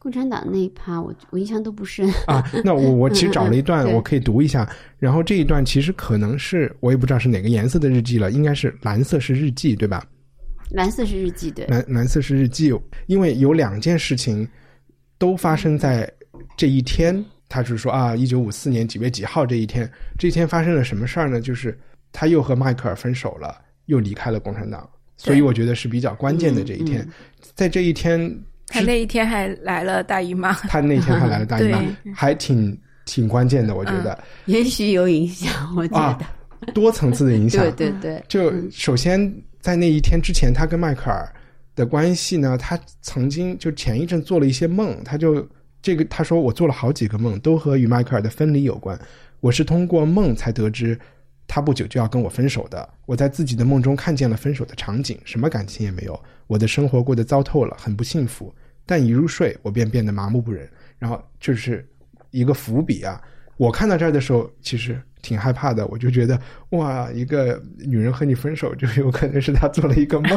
共产党那一趴我我印象都不深啊。那我我其实找了一段嗯嗯我可以读一下，然后这一段其实可能是我也不知道是哪个颜色的日记了，应该是蓝色是日记对吧？ 蓝色是日记，对， 蓝蓝色是日记，因为有两件事情都发生在这一天。他是说啊，一九五四年几月几号这一天，这一天发生了什么事儿呢？就是他又和迈克尔分手了，又离开了共产党，所以我觉得是比较关键的这一天。 嗯嗯、 在这一天， 他那一天还来了大姨妈， 他那天还来了大姨妈，还挺挺关键的，我觉得。 嗯、也许有影响，我觉得、 啊、多层次的影响。 对对对， 就首先在那一天之前，他跟迈克尔的关系呢，他曾经就前一阵做了一些梦，他就。这个他说我做了好几个梦，都和与迈克尔的分离有关。我是通过梦才得知他不久就要跟我分手的。我在自己的梦中看见了分手的场景，什么感情也没有，我的生活过得糟透了，很不幸福。但一入睡，我便变得麻木不仁。然后就是一个伏笔啊。我看到这儿的时候，其实挺害怕的，我就觉得哇，一个女人和你分手，就有可能是她做了一个梦。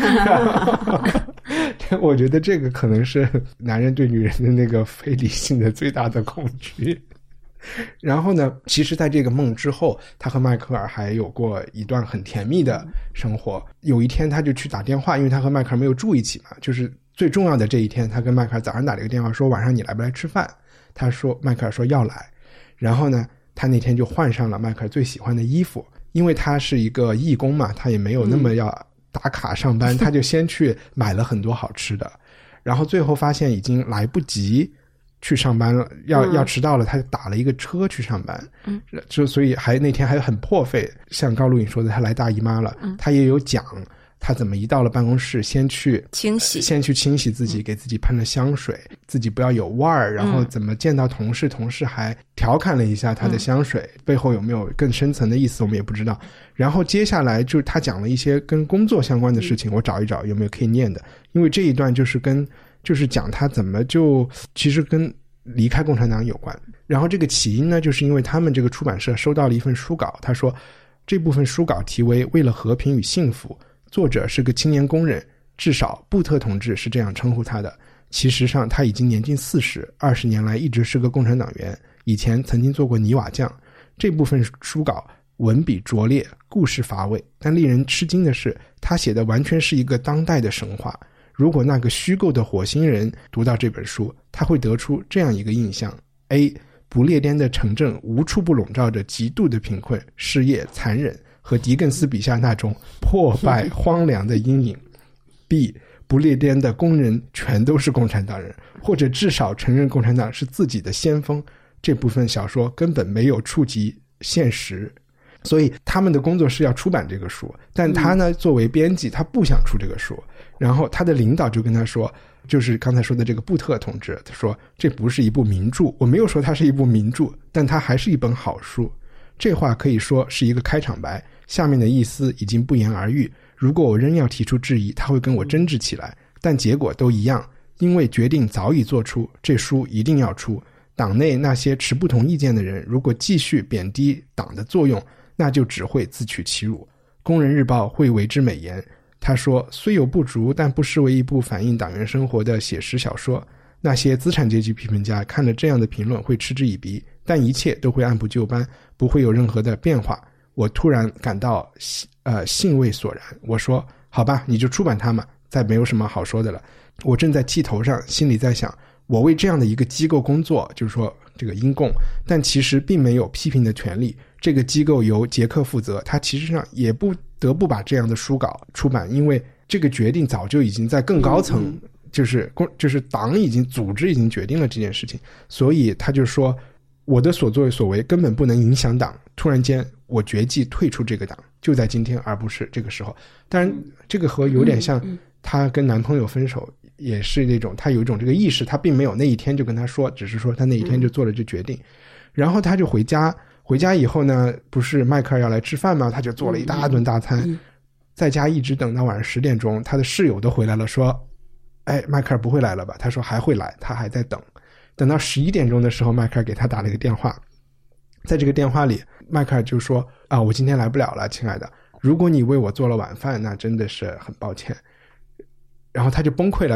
我觉得这个可能是男人对女人的那个非理性的最大的恐惧。然后呢，其实在这个梦之后，他和迈克尔还有过一段很甜蜜的生活。有一天他就去打电话，因为他和迈克尔没有住一起嘛，就是最重要的这一天，他跟迈克尔早上打了一个电话说晚上你来不来吃饭。他说迈克尔说要来，然后呢他那天就换上了迈克尔最喜欢的衣服，因为他是一个义工嘛，他也没有那么要打卡上班、嗯、他就先去买了很多好吃的，然后最后发现已经来不及去上班了，要、嗯、要迟到了，他就打了一个车去上班，嗯，就所以还那天还很破费，像高露颖说的，他来大姨妈了，嗯，他也有讲他怎么一到了办公室先去清洗， 先去清洗自己，给自己喷了香水，嗯、自己不要有味儿，然后怎么见到同事，同事还调侃了一下他的香水，嗯、背后有没有更深层的意思我们也不知道。然后接下来就是他讲了一些跟工作相关的事情，嗯、我找一找有没有可以念的，因为这一段就是跟就是讲他怎么就其实跟离开共产党有关。然后这个起因呢，就是因为他们这个出版社收到了一份书稿，他说这部分书稿题为《为了和平与幸福》，作者是个青年工人，至少布特同志是这样称呼他的。其实上他已经年近四十，二十年来一直是个共产党员，以前曾经做过泥瓦匠。这部分书稿文笔拙劣，故事乏味，但令人吃惊的是，他写的完全是一个当代的神话。如果那个虚构的火星人读到这本书，他会得出这样一个印象： A. 不列颠的城镇无处不笼罩着极度的贫困、失业、残忍和狄更斯笔下那种破败荒凉的阴影。 B. 不列颠的工人全都是共产党人，或者至少承认共产党是自己的先锋。这部分小说根本没有触及现实，所以他们的工作是要出版这个书，但他呢作为编辑他不想出这个书。然后他的领导就跟他说，就是刚才说的这个布特同志，他说这不是一部名著，我没有说它是一部名著，但它还是一本好书。这话可以说是一个开场白，下面的意思已经不言而喻。如果我仍要提出质疑，他会跟我争执起来，但结果都一样，因为决定早已做出，这书一定要出。党内那些持不同意见的人，如果继续贬低党的作用，那就只会自取其辱。工人日报会为之美言，他说虽有不足，但不失为一部反映党员生活的写实小说。那些资产阶级批评家看了这样的评论会嗤之以鼻，但一切都会按部就班，不会有任何的变化。我突然感到呃兴味索然，我说好吧，你就出版它嘛，再没有什么好说的了。我正在气头上，心里在想，我为这样的一个机构工作，就是说这个英共，但其实并没有批评的权利。这个机构由杰克负责，他其实上也不得不把这样的书稿出版，因为这个决定早就已经在更高层，嗯、就是就是党已经组织已经决定了这件事情，所以他就说我的所作为所为根本不能影响党。突然间我决计退出这个党，就在今天，而不是这个时候。当然这个和有点像她跟男朋友分手，也是那种她有一种这个意识，她并没有那一天就跟他说，只是说她那一天就做了这决定。然后她就回家，回家以后呢，不是迈克尔要来吃饭吗？她就做了一大顿大餐，在家一直等到晚上十点钟，她的室友都回来了，说哎，迈克尔不会来了吧？她说还会来，她还在等。等到十一点钟的时候，迈克尔给她打了一个电话，在这个电话里迈克尔就说啊，我今天来不了了，亲爱的，如果你为我做了晚饭，那真的是很抱歉。然后他就崩溃了，他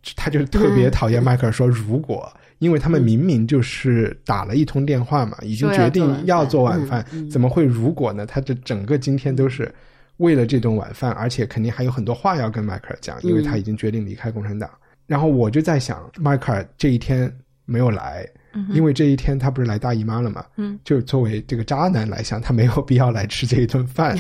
他就特别讨厌迈克尔说如果，因为他们明明就是打了一通电话嘛，已经决定要做晚饭，怎么会如果呢？他这整个今天都是为了这顿晚饭，而且肯定还有很多话要跟迈克尔讲，因为他已经决定离开共产党。然后我就在想，迈克尔这一天没有来，因为这一天他不是来大姨妈了嘛，嗯，就作为这个渣男来想，他没有必要来吃这一顿饭。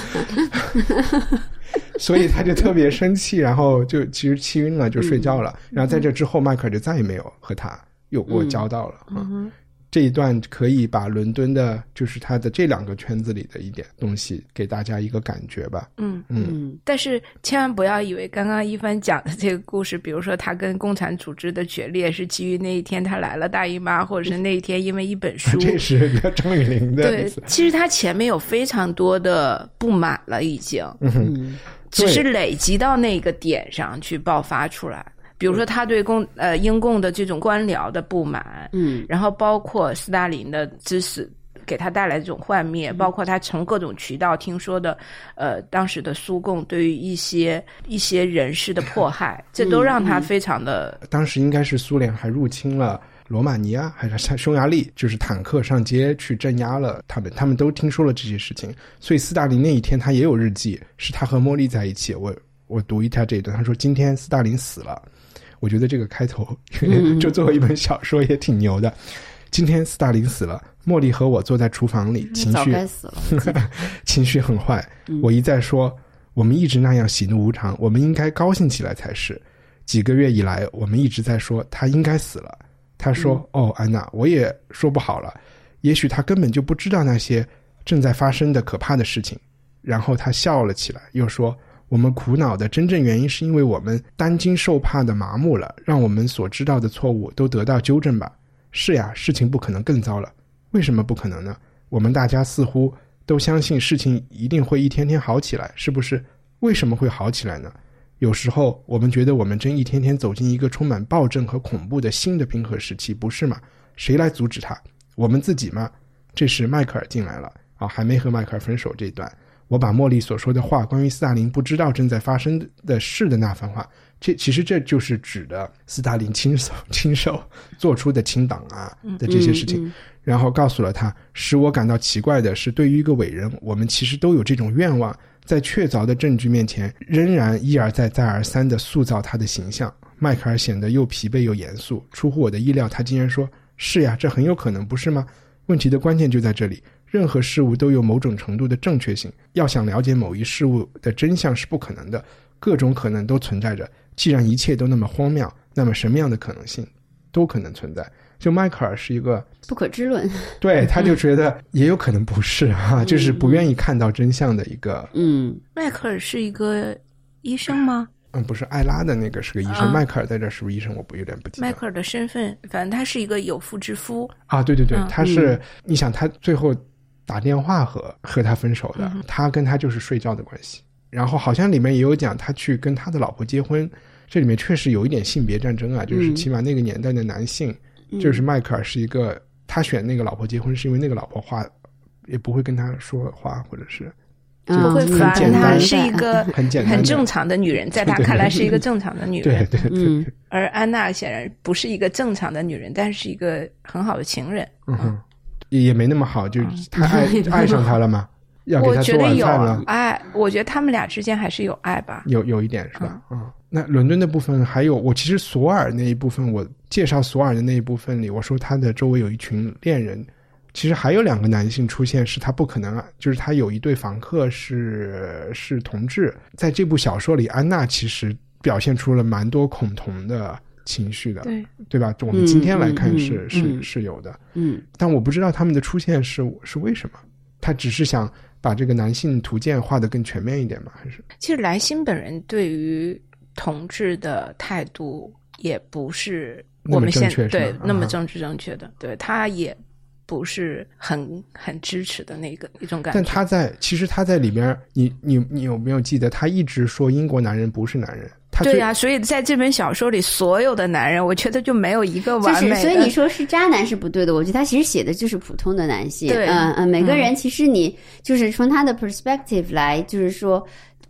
所以他就特别生气，然后就其实气晕了，就睡觉了。然后在这之后，迈克尔就再也没有和他有过交道了。嗯嗯，这一段可以把伦敦的，就是他的这两个圈子里的一点东西，给大家一个感觉吧。嗯嗯。但是千万不要以为刚刚一帆讲的这个故事，比如说他跟共产组织的决裂是基于那一天他来了大姨妈，或者是那一天因为一本书。 这是张雨玲的。 对，其实他前面有非常多的不满了，已经。嗯。只是累积到那个点上去爆发出来，比如说他对共呃英共的这种官僚的不满，嗯，然后包括斯大林的致死给他带来的这种幻灭，嗯，包括他从各种渠道听说的呃当时的苏共对于一些一些人士的迫害，这都让他非常的，嗯嗯， 当时应该是苏联还入侵了罗马尼亚还是匈牙利，就是坦克上街去镇压了他们，他们都听说了这些事情。所以斯大林那一天他也有日记，是他和茉莉在一起，我我读一下这一段，他说今天斯大林死了。我觉得这个开头就作为一本小说也挺牛的。嗯，今天斯大林死了，茉莉和我坐在厨房里，情绪早该死了情绪很坏，嗯，我一再说我们一直那样喜怒无常，我们应该高兴起来才是。几个月以来我们一直在说他应该死了。他说，嗯，哦，安娜，我也说不好了，也许他根本就不知道那些正在发生的可怕的事情。然后他笑了起来，又说，我们苦恼的真正原因是因为我们担惊受怕的麻木了，让我们所知道的错误都得到纠正吧。是呀，事情不可能更糟了。为什么不可能呢？我们大家似乎都相信事情一定会一天天好起来，是不是？为什么会好起来呢？有时候我们觉得我们正一天天走进一个充满暴政和恐怖的新的冰河时期，不是吗？谁来阻止他？我们自己吗？这时迈克尔进来了啊，还没和迈克尔分手这一段，我把茉莉所说的话，关于斯大林不知道正在发生的事的那番话，这其实这就是指的斯大林亲手亲手做出的清党啊的这些事情，嗯嗯，然后告诉了他，使我感到奇怪的是，对于一个伟人，我们其实都有这种愿望，在确凿的证据面前仍然一而再再而三地塑造他的形象。迈克尔显得又疲惫又严肃，出乎我的意料，他竟然说，是呀，这很有可能，不是吗？问题的关键就在这里，任何事物都有某种程度的正确性，要想了解某一事物的真相是不可能的，各种可能都存在着，既然一切都那么荒谬，那么什么样的可能性都可能存在。就迈克尔是一个不可知论， 对，他就觉得也有可能不是啊，嗯，就是不愿意看到真相的一个。 嗯，迈克尔是一个医生吗？ 嗯，不是，艾拉的那个是个医生，啊，迈克尔在这是不是医生？我不有点不记得。 迈克尔的身份，反正他是一个有妇之夫啊，对对对，嗯，他是，嗯，你想他最后打电话和和他分手的，嗯，他跟他就是睡觉的关系。然后好像里面也有讲他去跟他的老婆结婚，这里面确实有一点性别战争啊，就是起码那个年代的男性。嗯，就是迈克尔是一个，他选那个老婆结婚是因为那个老婆话也不会跟他说话，或者是不会烦他，是一个很简单很正常的女人，在他看来是一个正常的女人。 对对 对, 对, 对、嗯。 而安娜显然不是一个正常的女人，但是一个很好的情人。 嗯哼，也没那么好，就是他爱爱上他了吗？要给他做晚饭了？ 爱，我觉得他们俩之间还是有爱吧， 有有一点是吧？嗯。嗯，那伦敦的部分还有，我其实索尔那一部分，我介绍索尔的那一部分里，我说他的周围有一群恋人，其实还有两个男性出现，是他不可能啊，就是他有一对房客是是同志，在这部小说里，安娜其实表现出了蛮多恐同的情绪的， 对对吧？我们今天来看是、嗯、是、嗯、是有的， 嗯， 但我不知道他们的出现是是为什么，他只是想把这个男性图鉴画得更全面一点吗？还是其实莱辛本人对于同志的态度也不是我们现在对那么政治正确的，对，他也不是很很支持的那个一种感觉。 但他在其实他在里边，你你你有没有记得他一直说英国男人不是男人？他对呀、啊，所以在这本小说里，所有的男人，我觉得就没有一个完美的。 就是、所以你说是渣男是不对的，我觉得他其实写的就是普通的男性。 对， 嗯嗯，每个人其实你就是从他的 perspective 来，就是说。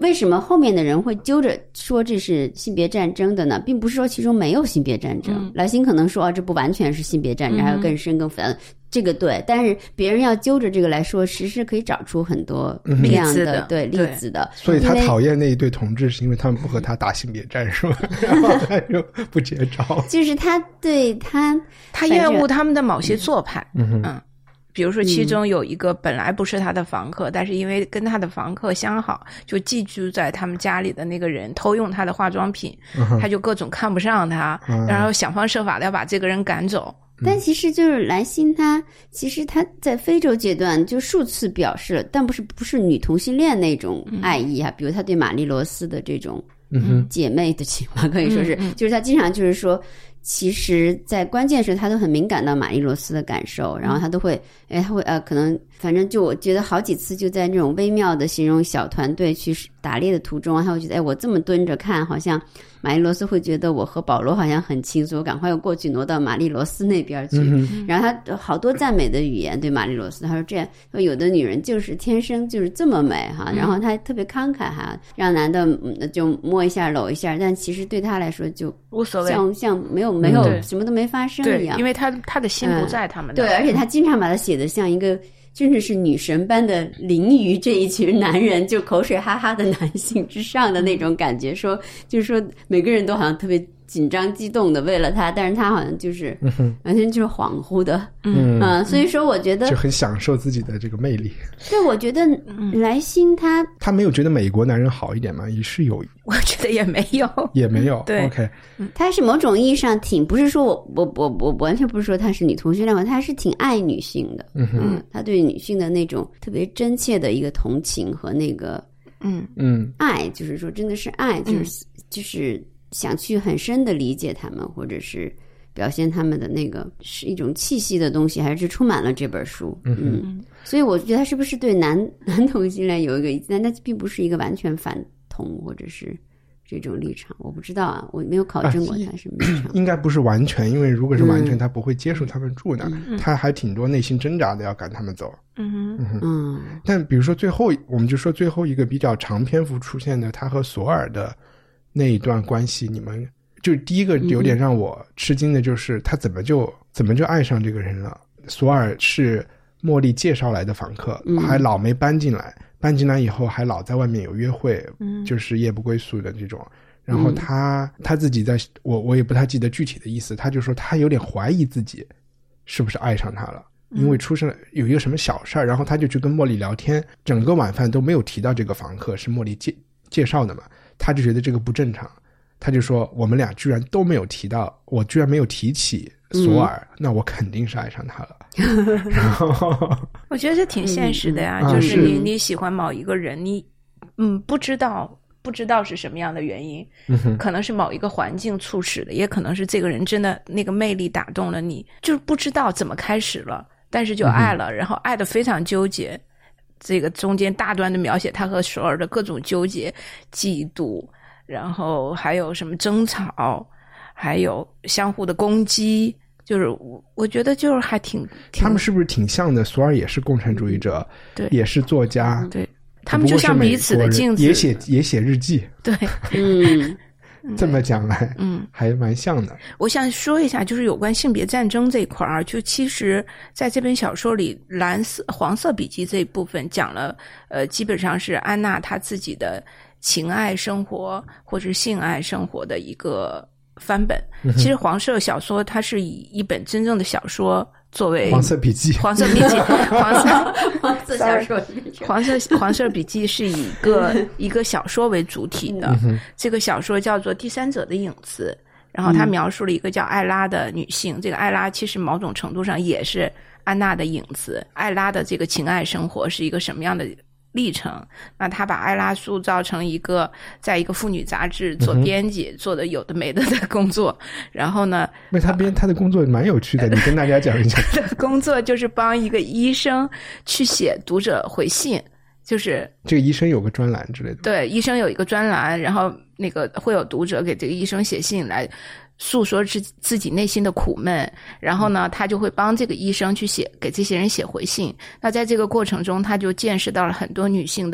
为什么后面的人会揪着说这是性别战争的呢？并不是说其中没有性别战争，嗯、莱辛可能说啊，这不完全是性别战争，嗯、还有更深更复杂的。这个对，但是别人要揪着这个来说，其实可以找出很多这样的、嗯、的对例子的。 所以他讨厌那一对同志，是因为他们不和他打性别战，是吧？然后他就不接招。 就是他对他， 他厌恶他们的某些做派， 嗯嗯。比如说其中有一个本来不是他的房客、嗯、但是因为跟他的房客相好，就寄居在他们家里的那个人偷用他的化妆品、嗯、他就各种看不上他、嗯、然后想方设法的要把这个人赶走。 但其实就是莱辛他其实他在非洲阶段就数次表示了，但不是不是女同性恋那种爱意啊、嗯、比如他对玛丽罗斯的这种姐妹的情况、嗯、可以说是、嗯、就是他经常就是说其实在关键时他都很敏感到玛丽罗斯的感受，然后他都会哎他会呃可能反正就我觉得好几次就在那种微妙的形容小团队去打猎的途中，他会觉得哎我这么蹲着看，好像玛丽罗斯会觉得我和保罗好像很亲，所以我赶快又过去挪到玛丽罗斯那边去、嗯、然后他好多赞美的语言对玛丽罗斯，他说这样说有的女人就是天生就是这么美哈，然后他特别慷慨哈，让男的就摸一下搂一下，但其实对他来说就无所谓， 像像没有没有、嗯、什么都没发生一样， 对，因为他他的心不在他们的、 嗯、对，而且他经常把它写得像一个真的是女神般的凌于这一群男人就口水哈哈的男性之上的那种感觉，说就是说每个人都好像特别紧张激动的为了他，但是他好像就是完全就是恍惚的，嗯啊，所以说我觉得就很享受自己的这个魅力。 对，我觉得莱辛他他没有觉得美国男人好一点吗？也是有， 我觉得也没有， 也没有。 对 ，OK， 他是某种意义上挺不是说我我我我完全不是说他是女同性恋，他是挺爱女性的，嗯嗯，他对女性的那种特别真切的一个同情和那个嗯嗯爱，就是说真的是爱，就是、嗯、就是。想去很深的理解他们，或者是表现他们的那个是一种气息的东西，还是充满了这本书。嗯嗯，所以我觉得他是不是对男男同性恋有一个，但他并不是一个完全反同或者是这种立场，我不知道啊，我没有考证过他什么立场、啊。 应该不是完全，因为如果是完全，嗯、他不会接受他们住的，嗯、他还挺多内心挣扎的，要赶他们走。 嗯嗯嗯。 但比如说最后，我们就说最后一个比较长篇幅出现的，他和索尔的。那一段关系，你们就第一个有点让我吃惊的就是他怎么就怎么就爱上这个人了。索尔是茉莉介绍来的访客，还老没搬进来，搬进来以后还老在外面有约会，就是夜不归宿的这种。然后他他自己在我我也不太记得具体的意思，他就说他有点怀疑自己是不是爱上他了，因为出生了有一个什么小事儿，然后他就去跟茉莉聊天，整个晚饭都没有提到这个访客是茉莉介介绍的嘛。他就觉得这个不正常，他就说我们俩居然都没有提到，我居然没有提起索尔、嗯、那我肯定是爱上他了。然后我觉得这挺现实的呀、嗯、就是你、啊、你喜欢某一个人，你嗯不知道不知道是什么样的原因、嗯、可能是某一个环境促使的，也可能是这个人真的那个魅力打动了你，就是不知道怎么开始了，但是就爱了、嗯、然后爱得非常纠结，这个中间大段的描写他和索尔的各种纠结、嫉妒，然后还有什么争吵，还有相互的攻击，就是我觉得就是还挺, 挺他们是不是挺像的？索尔也是共产主义者， 对， 也是作家， 对，他们就像彼此的镜子， 也写也写日记， 对， 嗯。 这么讲来， 嗯， 还蛮像的。 我想说一下，就是有关性别战争这一块儿，就其实在这本小说里，蓝色、黄色笔记这一部分讲了，呃，基本上是安娜她自己的情爱生活或者性爱生活的一个翻本。嗯、其实黄色小说它是以一本真正的小说作为黄色笔记， 黄色笔记，黄色黄色小说， 黄色黄色笔记是以一个一个小说为主体的、嗯。这个小说叫做《第三者的影子》，然后它描述了一个叫艾拉的女性。嗯、这个艾拉其实某种程度上也是安娜的影子。艾拉的这个情爱生活是一个什么样的历程？那他把艾拉塑造成一个在一个妇女杂志做编辑、嗯、做的有的没的的工作，然后呢， 那他编他的工作蛮有趣的，你跟大家讲一下。 他的工作就是帮一个医生去写读者回信，就是这个医生有个专栏之类的。 对，医生有一个专栏，然后那个会有读者给这个医生写信来诉说自自己内心的苦闷，然后呢，他就会帮这个医生去写给这些人写回信。那在这个过程中，他就见识到了很多女性的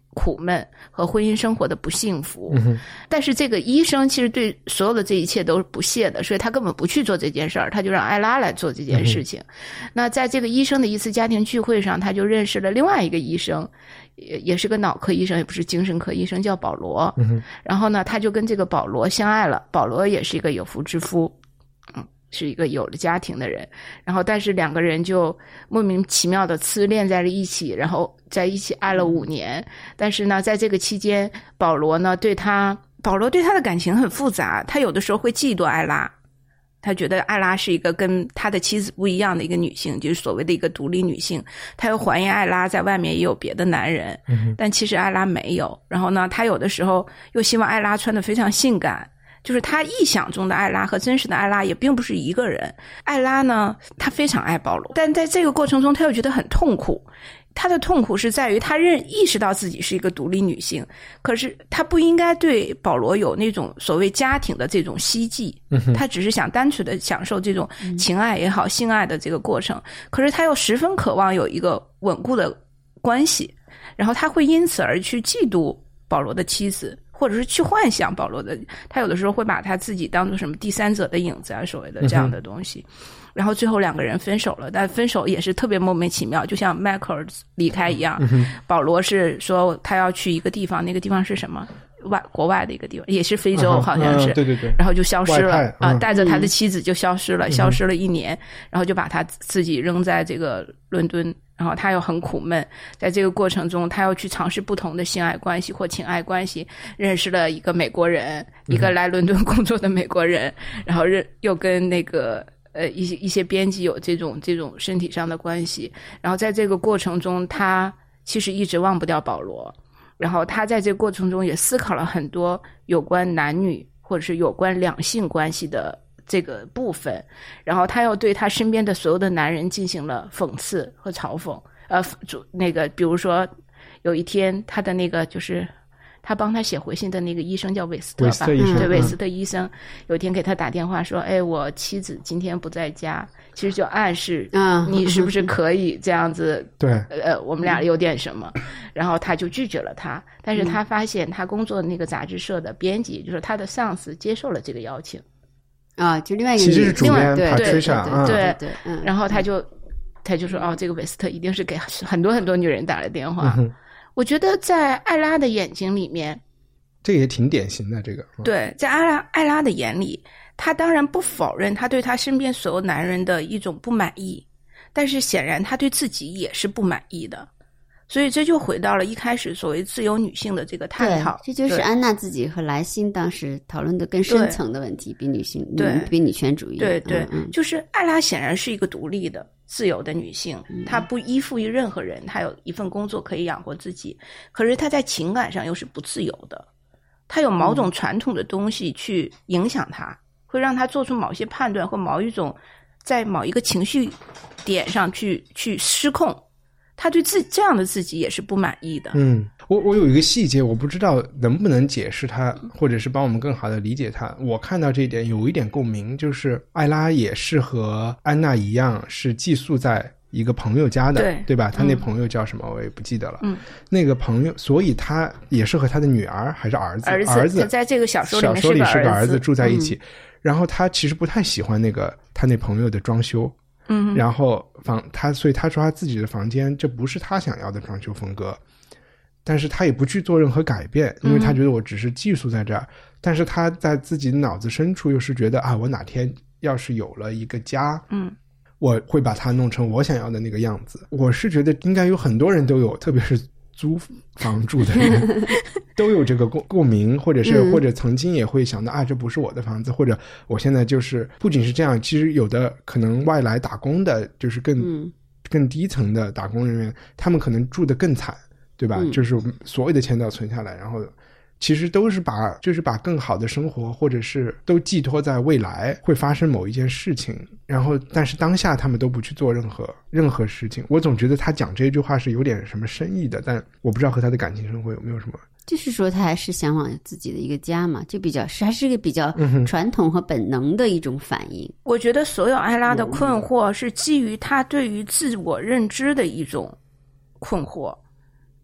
苦闷和婚姻生活的不幸福、 嗯、 但是这个医生其实对所有的这一切都是不屑的，所以他根本不去做这件事儿，他就让艾拉来做这件事情、嗯、那在这个医生的一次家庭聚会上，他就认识了另外一个医生，也也是个脑科医生，也不是精神科医生，叫保罗、嗯、然后呢他就跟这个保罗相爱了，保罗也是一个有妇之夫，嗯，是一个有了家庭的人，然后但是两个人就莫名其妙的痴恋在了一起，然后在一起爱了五年。但是呢在这个期间，保罗呢对他保罗对他的感情很复杂，他有的时候会嫉妒艾拉，他觉得艾拉是一个跟他的妻子不一样的一个女性，就是所谓的一个独立女性，他又怀疑艾拉在外面也有别的男人、嗯、但其实艾拉没有。然后呢他有的时候又希望艾拉穿得非常性感，就是他臆想中的艾拉和真实的艾拉也并不是一个人。艾拉呢他非常爱保罗，但在这个过程中他又觉得很痛苦，他的痛苦是在于他认意识到自己是一个独立女性，可是他不应该对保罗有那种所谓家庭的这种希冀、嗯、他只是想单纯的享受这种情爱也好、嗯、性爱的这个过程，可是他又十分渴望有一个稳固的关系，然后他会因此而去嫉妒保罗的妻子，或者是去幻想保罗的，他有的时候会把他自己当作什么第三者的影子啊，所谓的这样的东西、嗯、然后最后两个人分手了，但分手也是特别莫名其妙，就像迈克尔离开一样、嗯、保罗是说他要去一个地方，那个地方是什么外国外的一个地方，也是非洲、嗯、好像是、 嗯、对对对， 然后就消失了啊、嗯，带着他的妻子就消失了、嗯、消失了一年，然后就把他自己扔在这个伦敦，然后他又很苦闷，在这个过程中他又去尝试不同的性爱关系或情爱关系，认识了一个美国人、嗯、一个来伦敦工作的美国人，然后认又跟那个呃一些一些编辑有这种这种身体上的关系，然后在这个过程中他其实一直忘不掉保罗，然后他在这个过程中也思考了很多有关男女或者是有关两性关系的这个部分，然后他又对他身边的所有的男人进行了讽刺和嘲讽。呃，那个比如说有一天他的那个就是他帮他写回信的那个医生叫韦斯特吧， 韦斯特医生、 对，韦斯特医生、嗯、有一天给他打电话说，哎，我妻子今天不在家，其实就暗示你是不是可以这样子、嗯、 对， 呃，我们俩有点什么，然后他就拒绝了他，但是他发现他工作的那个杂志社的编辑、嗯、就是他的上司接受了这个邀请啊，就另外一个其实是主编对对对对对对，嗯，然后他就他就说哦，这个韦斯特一定是给很多很多女人打了电话、嗯、我觉得在艾拉的眼睛里面这也挺典型的，这个对，在艾拉艾拉的眼里，他当然不否认他对他身边所有男人的一种不满意，但是显然他对自己也是不满意的，所以这就回到了一开始所谓自由女性的这个探讨。 对，这就是安娜自己和莱辛当时讨论的更深层的问题，比女性对比女权主义。 对对、 嗯嗯， 就是艾拉显然是一个独立的自由的女性，她不依附于任何人，她有一份工作可以养活自己，可是她在情感上又是不自由的，她有某种传统的东西去影响她、嗯、会让她做出某些判断或某一种在某一个情绪点上去去失控，他对自这样的自己也是不满意的。 嗯，我我有一个细节，我不知道能不能解释它，或者是帮我们更好的理解它。我看到这一点有一点共鸣，就是艾拉也是和安娜一样是寄宿在一个朋友家的， 对对吧？他那朋友叫什么、嗯、我也不记得了。 嗯， 那个朋友，所以他也是和他的女儿还是儿子， 儿子， 儿子在这个小说里面小说里是个儿子住在一起、嗯。然后他其实不太喜欢那个他那朋友的装修。 嗯， 然后房他，所以他说他自己的房间这不是他想要的装修风格，但是他也不去做任何改变，因为他觉得我只是寄宿在这儿、嗯、但是他在自己脑子深处又是觉得啊，我哪天要是有了一个家， 嗯， 我会把它弄成我想要的那个样子。我是觉得应该有很多人都有，特别是租房住的人都有这个共共鸣，或者是、嗯、或者曾经也会想到啊，这不是我的房子，或者我现在就是不仅是这样，其实有的可能外来打工的，就是更、嗯、更低层的打工人员，他们可能住得更惨，对吧、嗯、就是所有的钱都要存下来，然后其实都是把就是把更好的生活或者是都寄托在未来会发生某一件事情，然后但是当下他们都不去做任何任何事情。我总觉得他讲这句话是有点什么深意的，但我不知道和他的感情生活有没有什么， 就是说他还是向往自己的一个家嘛，就比较是还是一个比较传统和本能的一种反应、嗯、 我觉得所有艾拉的困惑是基于他对于自我认知的一种困惑，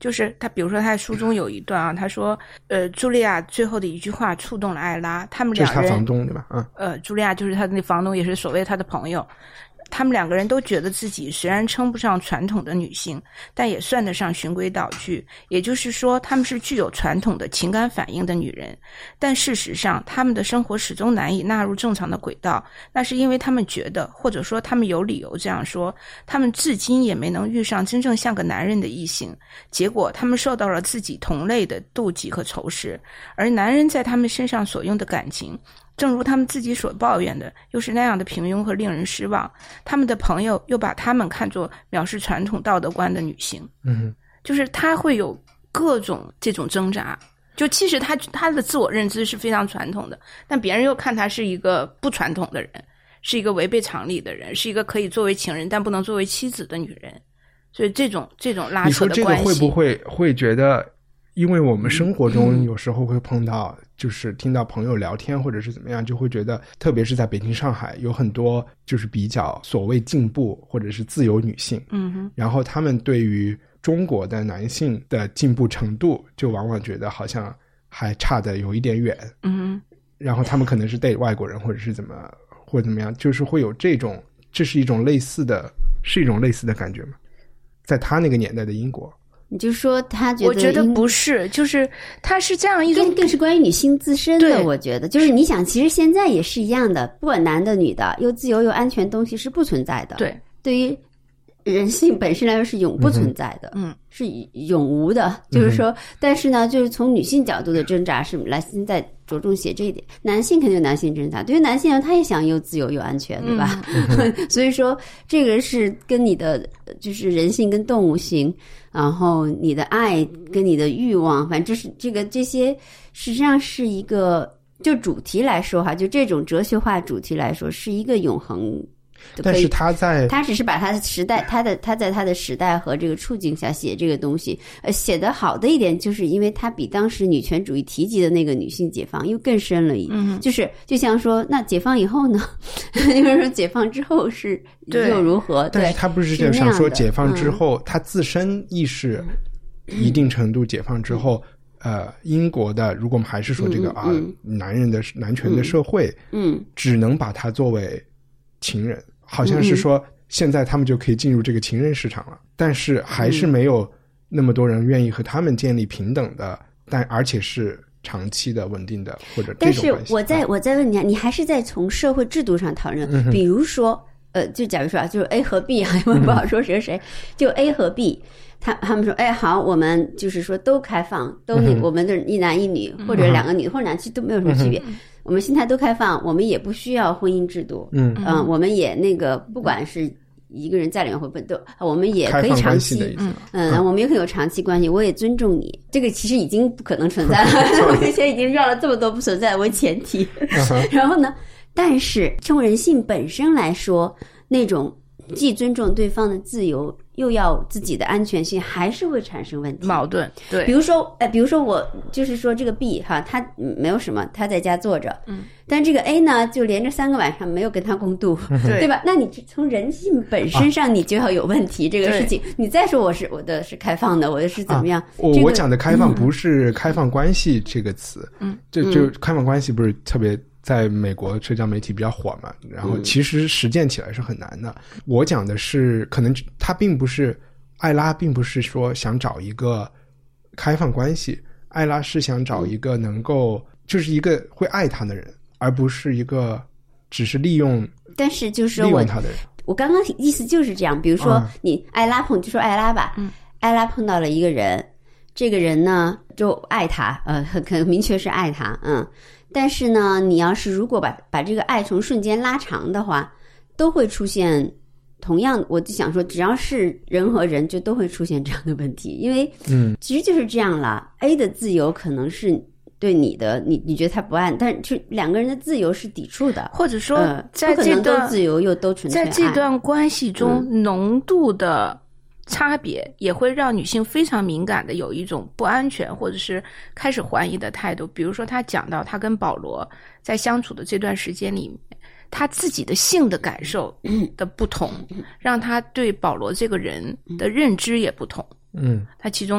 就是他比如说他书中有一段啊，他说呃茱莉亚最后的一句话触动了艾拉，他们两人， 这是他房东对吧？嗯， 呃茱莉亚就是他的那房东，也是所谓他的朋友。他们两个人都觉得自己虽然称不上传统的女性，但也算得上循规蹈矩，也就是说他们是具有传统的情感反应的女人。但事实上他们的生活始终难以纳入正常的轨道，那是因为他们觉得，或者说他们有理由这样说，他们至今也没能遇上真正像个男人的异性，结果他们受到了自己同类的妒忌和仇视，而男人在他们身上所用的感情，正如他们自己所抱怨的，又是那样的平庸和令人失望。他们的朋友又把他们看作藐视传统道德观的女性。 嗯， 就是他会有各种这种挣扎。就其实他他的自我认知是非常传统的，但别人又看他是一个不传统的人，是一个违背常理的人，是一个可以作为情人但不能作为妻子的女人。所以这种这种拉扯的关系， 你说这个会不会会觉得，因为我们生活中有时候会碰到，就是听到朋友聊天或者是怎么样，就会觉得，特别是在北京、上海，有很多就是比较所谓进步或者是自由女性， 嗯哼， 然后他们对于中国的男性的进步程度，就往往觉得好像还差得有一点远， 嗯哼， 然后他们可能是对外国人或者是怎么或者怎么样，就是会有这种，这是一种类似的，是一种类似的感觉吗？在他那个年代的英国。 你就说他觉得， 我觉得不是，就是他是这样一种， 更更是关于女性自身的。我觉得就是你想，其实现在也是一样的，不管男的女的，又自由又安全东西是不存在的。 对， 对于人性本身来说是永不存在的， 嗯， 是永无的。就是说， 嗯、 但是呢，就是从女性角度的挣扎是来现在着重写这一点。男性肯定有男性挣扎，对于男性他也想又自由又安全，对吧？嗯、所以说，这个是跟你的就是人性跟动物性。然后你的爱跟你的欲望，反正就是这个这些实际上是一个，就主题来说哈，就这种哲学化主题来说是一个永恒。 但是他在他只是把他的时代，他的他在他的时代和这个处境下写这个东西，呃，写得好的一点就是因为他比当时女权主义提及的那个女性解放又更深了一点，嗯、就是就像说那解放以后呢，有人说解放之后是又如何？ 但是他不是就想说解放之后，嗯、他自身意识一定程度解放之后。嗯呃，英国的，如果我们还是说这个、嗯、啊，男人的男权的社会， 嗯， 只能把他作为情人，好像是说现在他们就可以进入这个情人市场了，嗯、但是还是没有那么多人愿意和他们建立平等的，但而且是长期的、稳定的或者这种关系。 但是我再我再问你啊，你还是在从社会制度上讨论，嗯、比如说，呃，就假如说啊，就是 A 和 B 啊，因为不好说谁是谁，就 A 和 B。他他们说，哎，好，我们就是说都开放，都那、嗯、我们的一男一女，或者两个女，嗯、或者两其实都没有什么区别。嗯、我们心态都开放，我们也不需要婚姻制度。嗯嗯、呃，我们也那个不管是一个人在里面或不都，我们也可以长期，嗯嗯，我们也可以有长期关系。我也尊重你，这个其实已经不可能存在了。我之前已经绕了这么多不存在为前提。然后呢，但是从人性本身来说，那种既尊重对方的自由。又要自己的安全性，还是会产生问题矛盾。对， 比如说，哎，比如说我就是说这个 B 哈，他没有什么，他在家坐着， 嗯， 但这个 A 呢，就连着三个晚上没有跟他共度， 对, 对吧？那你从人性本身上，你就要有问题、啊、这个事情。你再说我是我的是开放的，我的是怎么样？啊我、 这个、 我讲的开放不是开放关系这个词， 嗯， 就就开放关系不是特别。在美国社交媒体比较火嘛，然后其实实践起来是很难的。嗯、我讲的是，可能他并不是艾拉，并不是说想找一个开放关系，艾拉是想找一个能够，嗯、就是一个会爱他的人，而不是一个只是利用。 但是就是利用他的人。 我刚刚意思就是这样，比如说你艾拉碰，就说艾拉吧， 嗯， 艾拉碰到了一个人，这个人呢就爱他，呃，可能明确是爱他，嗯。但是呢，你要是如果把把这个爱从瞬间拉长的话，都会出现同样，我就想说，只要是人和人，就都会出现这样的问题，因为嗯， 其实就是这样了。A 的自由可能是对你的，你你觉得他不爱，但是两个人的自由是抵触的， 或者说， 呃、 在这段都自由又都纯粹爱， 在这段关系中，嗯、浓度的。差别也会让女性非常敏感的有一种不安全或者是开始怀疑的态度。比如说他讲到他跟保罗在相处的这段时间里面，他自己的性的感受的不同，让他对保罗这个人的认知也不同。 嗯， 他其中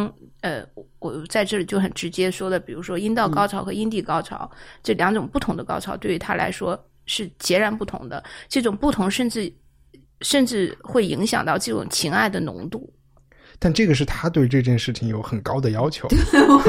呃，我在这里就很直接说的，比如说阴道高潮和阴蒂高潮、嗯、这两种不同的高潮对于他来说是截然不同的，这种不同甚至甚至会影响到这种情爱的浓度。 但这个是他对这件事情有很高的要求。 我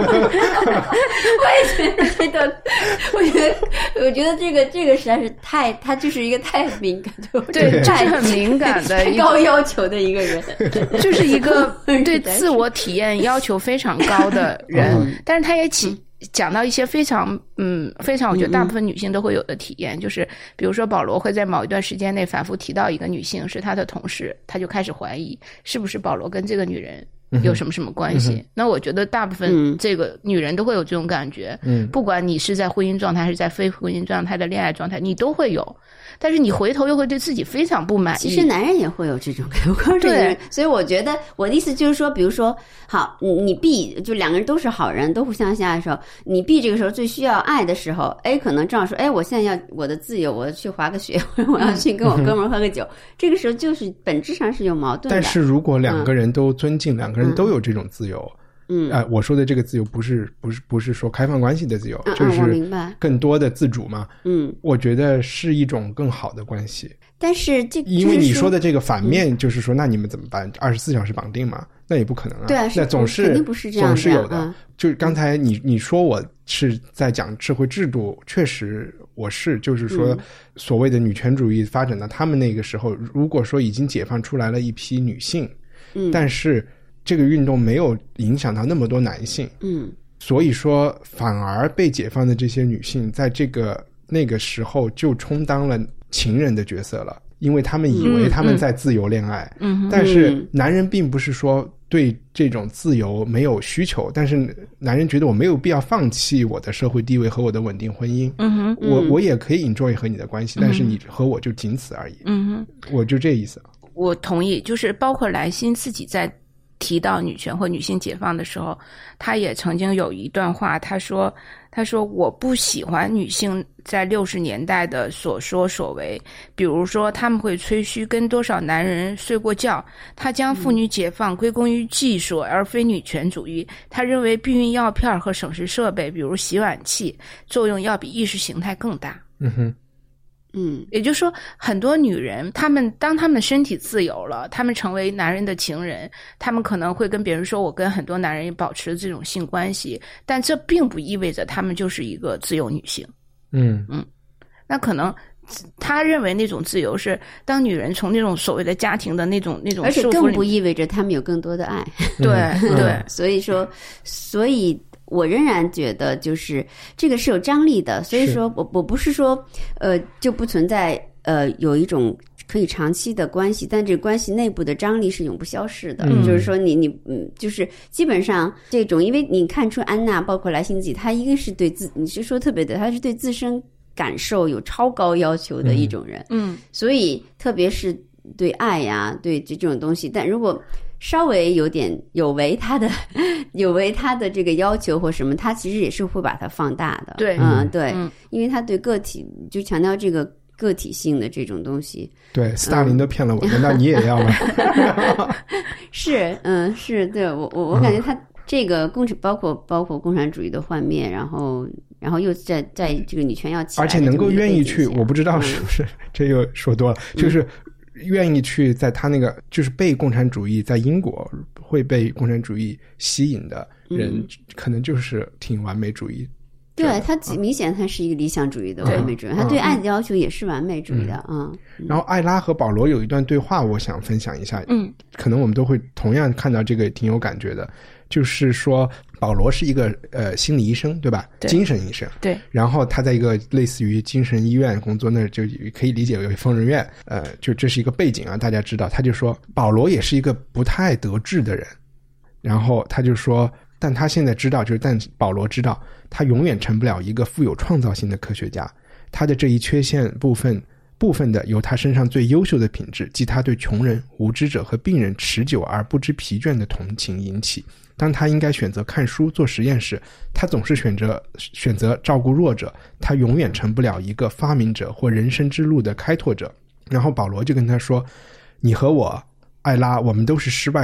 也觉得这个，我觉得，我觉得这个这个实在是太，他就是一个太敏感，就对，太很敏感的高要求的一个人， 就是一个对自我体验要求非常高的人，嗯、但是他也起。讲到一些非常嗯非常我觉得大部分女性都会有的体验、嗯、就是比如说保罗会在某一段时间内反复提到一个女性是他的同事，他就开始怀疑是不是保罗跟这个女人有什么什么关系、嗯、那我觉得大部分这个女人都会有这种感觉，嗯，不管你是在婚姻状态还是在非婚姻状态的恋爱状态你都会有，但是你回头又会对自己非常不满意。 其实男人也会有这种感觉，对，所以我觉得我的意思就是说，比如说，好，你 B 就两个人都是好人，都互相相爱的时候，你 B 这个时候最需要爱的时候 ，A 可能正好说，哎，我现在要我的自由，我要去滑个雪，我要去跟我哥们儿喝个酒，嗯、这个时候就是本质上是有矛盾的。 但是如果两个人都尊敬，嗯、两个人都有这种自由。嗯，啊、呃，我说的这个自由不是不是不是说开放关系的自由， 嗯、 就是更多的自主嘛。 嗯， 我觉得是一种更好的关系。 但是这因为你说的这个反面就是说，嗯、那你们怎么办？二十四小时绑定嘛？那也不可能啊。 对啊， 那总是肯定不是这样的， 总是有的。 嗯、 就刚才你你说我是在讲社会制度，确实我是就是说，所谓的女权主义发展到他们那个时候，如果说已经解放出来了一批女性， 嗯， 但是。这个运动没有影响到那么多男性， 嗯， 所以说反而被解放的这些女性在这个那个时候就充当了情人的角色了，因为他们以为他们在自由恋爱， 嗯， 但是男人并不是说对这种自由没有需求，但是男人觉得我没有必要放弃我的社会地位和我的稳定婚姻， 嗯哼， 我我也可以 enjoy 和你的关系，但是你和我就仅此而已， 嗯哼， 我就这意思。 我同意，就是包括莱辛自己在提到女权或女性解放的时候，他也曾经有一段话，他说他说我不喜欢女性在六十年代的所说所为，比如说他们会吹嘘跟多少男人睡过觉，他将妇女解放归功于技术而非女权主义，他认为避孕药片和省时设备比如洗碗器作用要比意识形态更大。 嗯哼， 嗯，也就是说很多女人她们当她们身体自由了，她们成为男人的情人，她们可能会跟别人说我跟很多男人保持这种性关系，但这并不意味着她们就是一个自由女性。 嗯嗯，那可能他认为那种自由是当女人从那种所谓的家庭的那种那种束缚， 而且更不意味着她们有更多的爱。 对对， 所以说所以我仍然觉得就是这个是有张力的，所以说我我不是说呃就不存在呃有一种可以长期的关系，但这个关系内部的张力是永不消逝的。嗯、就是说你你嗯，就是基本上这种，因为你看出安娜包括莱辛自己，她一个是对自你是说特别的，她是对自身感受有超高要求的一种人。 嗯， 所以特别是对爱呀，对这种东西，但如果稍微有点有违他的有违他的这个要求或什么，他其实也是会把它放大的。 对， 嗯，对， 嗯， 因为他对个体就强调这个个体性的这种东西。 对，斯大林都骗了我，难道你也要吗？ 是，嗯，是，对我我我感觉他这个共产包括包括共产主义的幻灭，然后然后又在在这个女权要起来， 而且能够愿意去，我不知道是不是、嗯、这又说多了，就是。愿意去在他那个就是被共产主义在英国会被共产主义吸引的人、嗯、可能就是挺完美主义。 对，他明显他是一个理想主义的完美主义、嗯、他对爱的要求也是完美主义的。 嗯, 嗯然后艾拉和保罗有一段对话我想分享一下， 嗯， 可能我们都会同样看到这个挺有感觉的，就是说保罗是一个呃心理医生对吧？ 对， 精神医生。 对， 然后他在一个类似于精神医院工作，那就可以理解为疯人院，呃就这是一个背景啊，大家知道。他就说保罗也是一个不太得志的人，然后他就说但他现在知道，就是但保罗知道他永远成不了一个富有创造性的科学家，他的这一缺陷部分部分的由他身上最优秀的品质，即他对穷人、无知者和病人持久而不知疲倦的同情引起。当他应该选择看书做实验时，他总是选择选择照顾弱者，他永远成不了一个发明者或人生之路的开拓者。然后保罗就跟他说，你和我艾拉，我们都是失败者，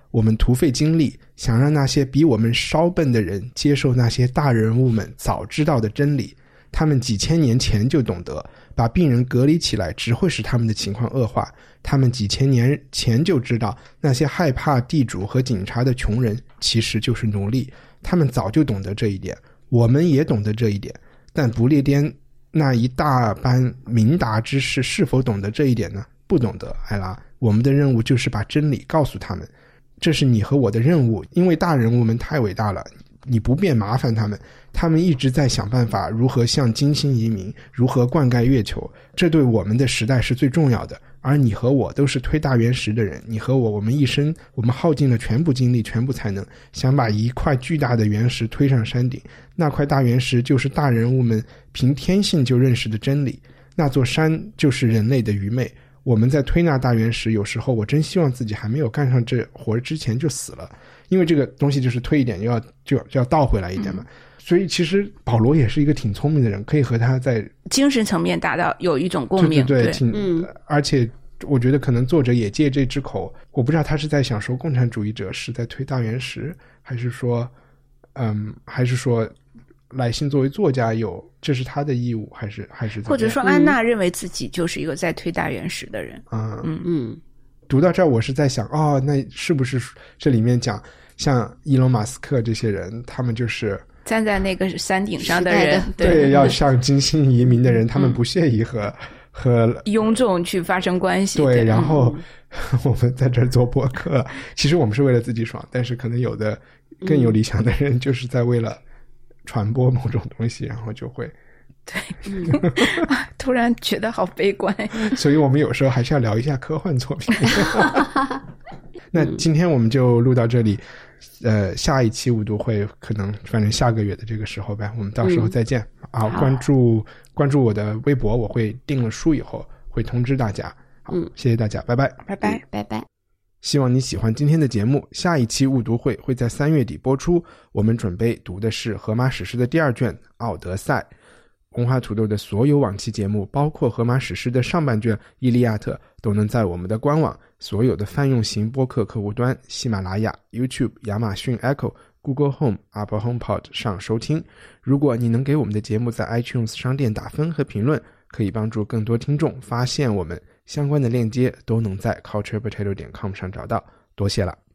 我们徒费精力想让那些比我们稍笨的人接受那些大人物们早知道的真理，他们几千年前就懂得把病人隔离起来只会使他们的情况恶化，他们几千年前就知道那些害怕地主和警察的穷人其实就是奴隶，他们早就懂得这一点，我们也懂得这一点，但不列颠那一大班明达之士是否懂得这一点呢？不懂得，艾拉，我们的任务就是把真理告诉他们，这是你和我的任务，因为大人物们太伟大了，你不便麻烦他们，他们一直在想办法如何向金星移民，如何灌溉月球，这对我们的时代是最重要的。而你和我都是推大原石的人，你和我，我们一生，我们耗尽了全部精力，全部才能，想把一块巨大的原石推上山顶。那块大原石就是大人物们凭天性就认识的真理，那座山就是人类的愚昧。我们在推那大原石，有时候我真希望自己还没有干上这活之前就死了，因为这个东西就是推一点就要就要就要倒回来一点嘛。嗯，所以其实保罗也是一个挺聪明的人，可以和他在精神层面达到有一种共鸣。 对对对， 对挺嗯， 而且我觉得可能作者也借这支口，我不知道他是在想说共产主义者是在推大原石，还是说嗯还是说来信作为作家有这是他的义务，还是还是或者说安娜认为自己就是一个在推大原石的人。 嗯嗯嗯， 读到这儿我是在想，哦，那是不是这里面讲像伊隆马斯克这些人，他们就是站在那个山顶上的人， 对，对要向金星移民的人，他们不屑于和、嗯、和庸众去发生关系。 对， 对， 然后、嗯、我们在这儿做播客，其实我们是为了自己爽，但是可能有的更有理想的人就是在为了传播某种东西，然后就会对、嗯、突然觉得好悲观。 所以我们有时候还是要聊一下科幻作品。那今天我们就录到这里，呃，下一期五读会可能反正下个月的这个时候呗，我们到时候再见。嗯、啊，关注关注我的微博，我会订了书以后会通知大家。好，嗯，谢谢大家，拜拜， 拜拜， 嗯、拜拜。 希望你喜欢今天的节目，下一期误读会会在三月底播出，我们准备读的是荷马史诗的第二卷《奥德赛》。文化土豆的所有往期节目，包括荷马史诗的上半卷《伊利亚特》，都能在我们的官网、所有的泛用型播客客户端、喜马拉雅、YouTube、亚马逊 Echo、Google Home、Apple HomePod 上收听。如果你能给我们的节目在 iTunes 商店打分和评论，可以帮助更多听众发现我们。相关的链接都能在 culture potato 点 com 上找到，多谢了。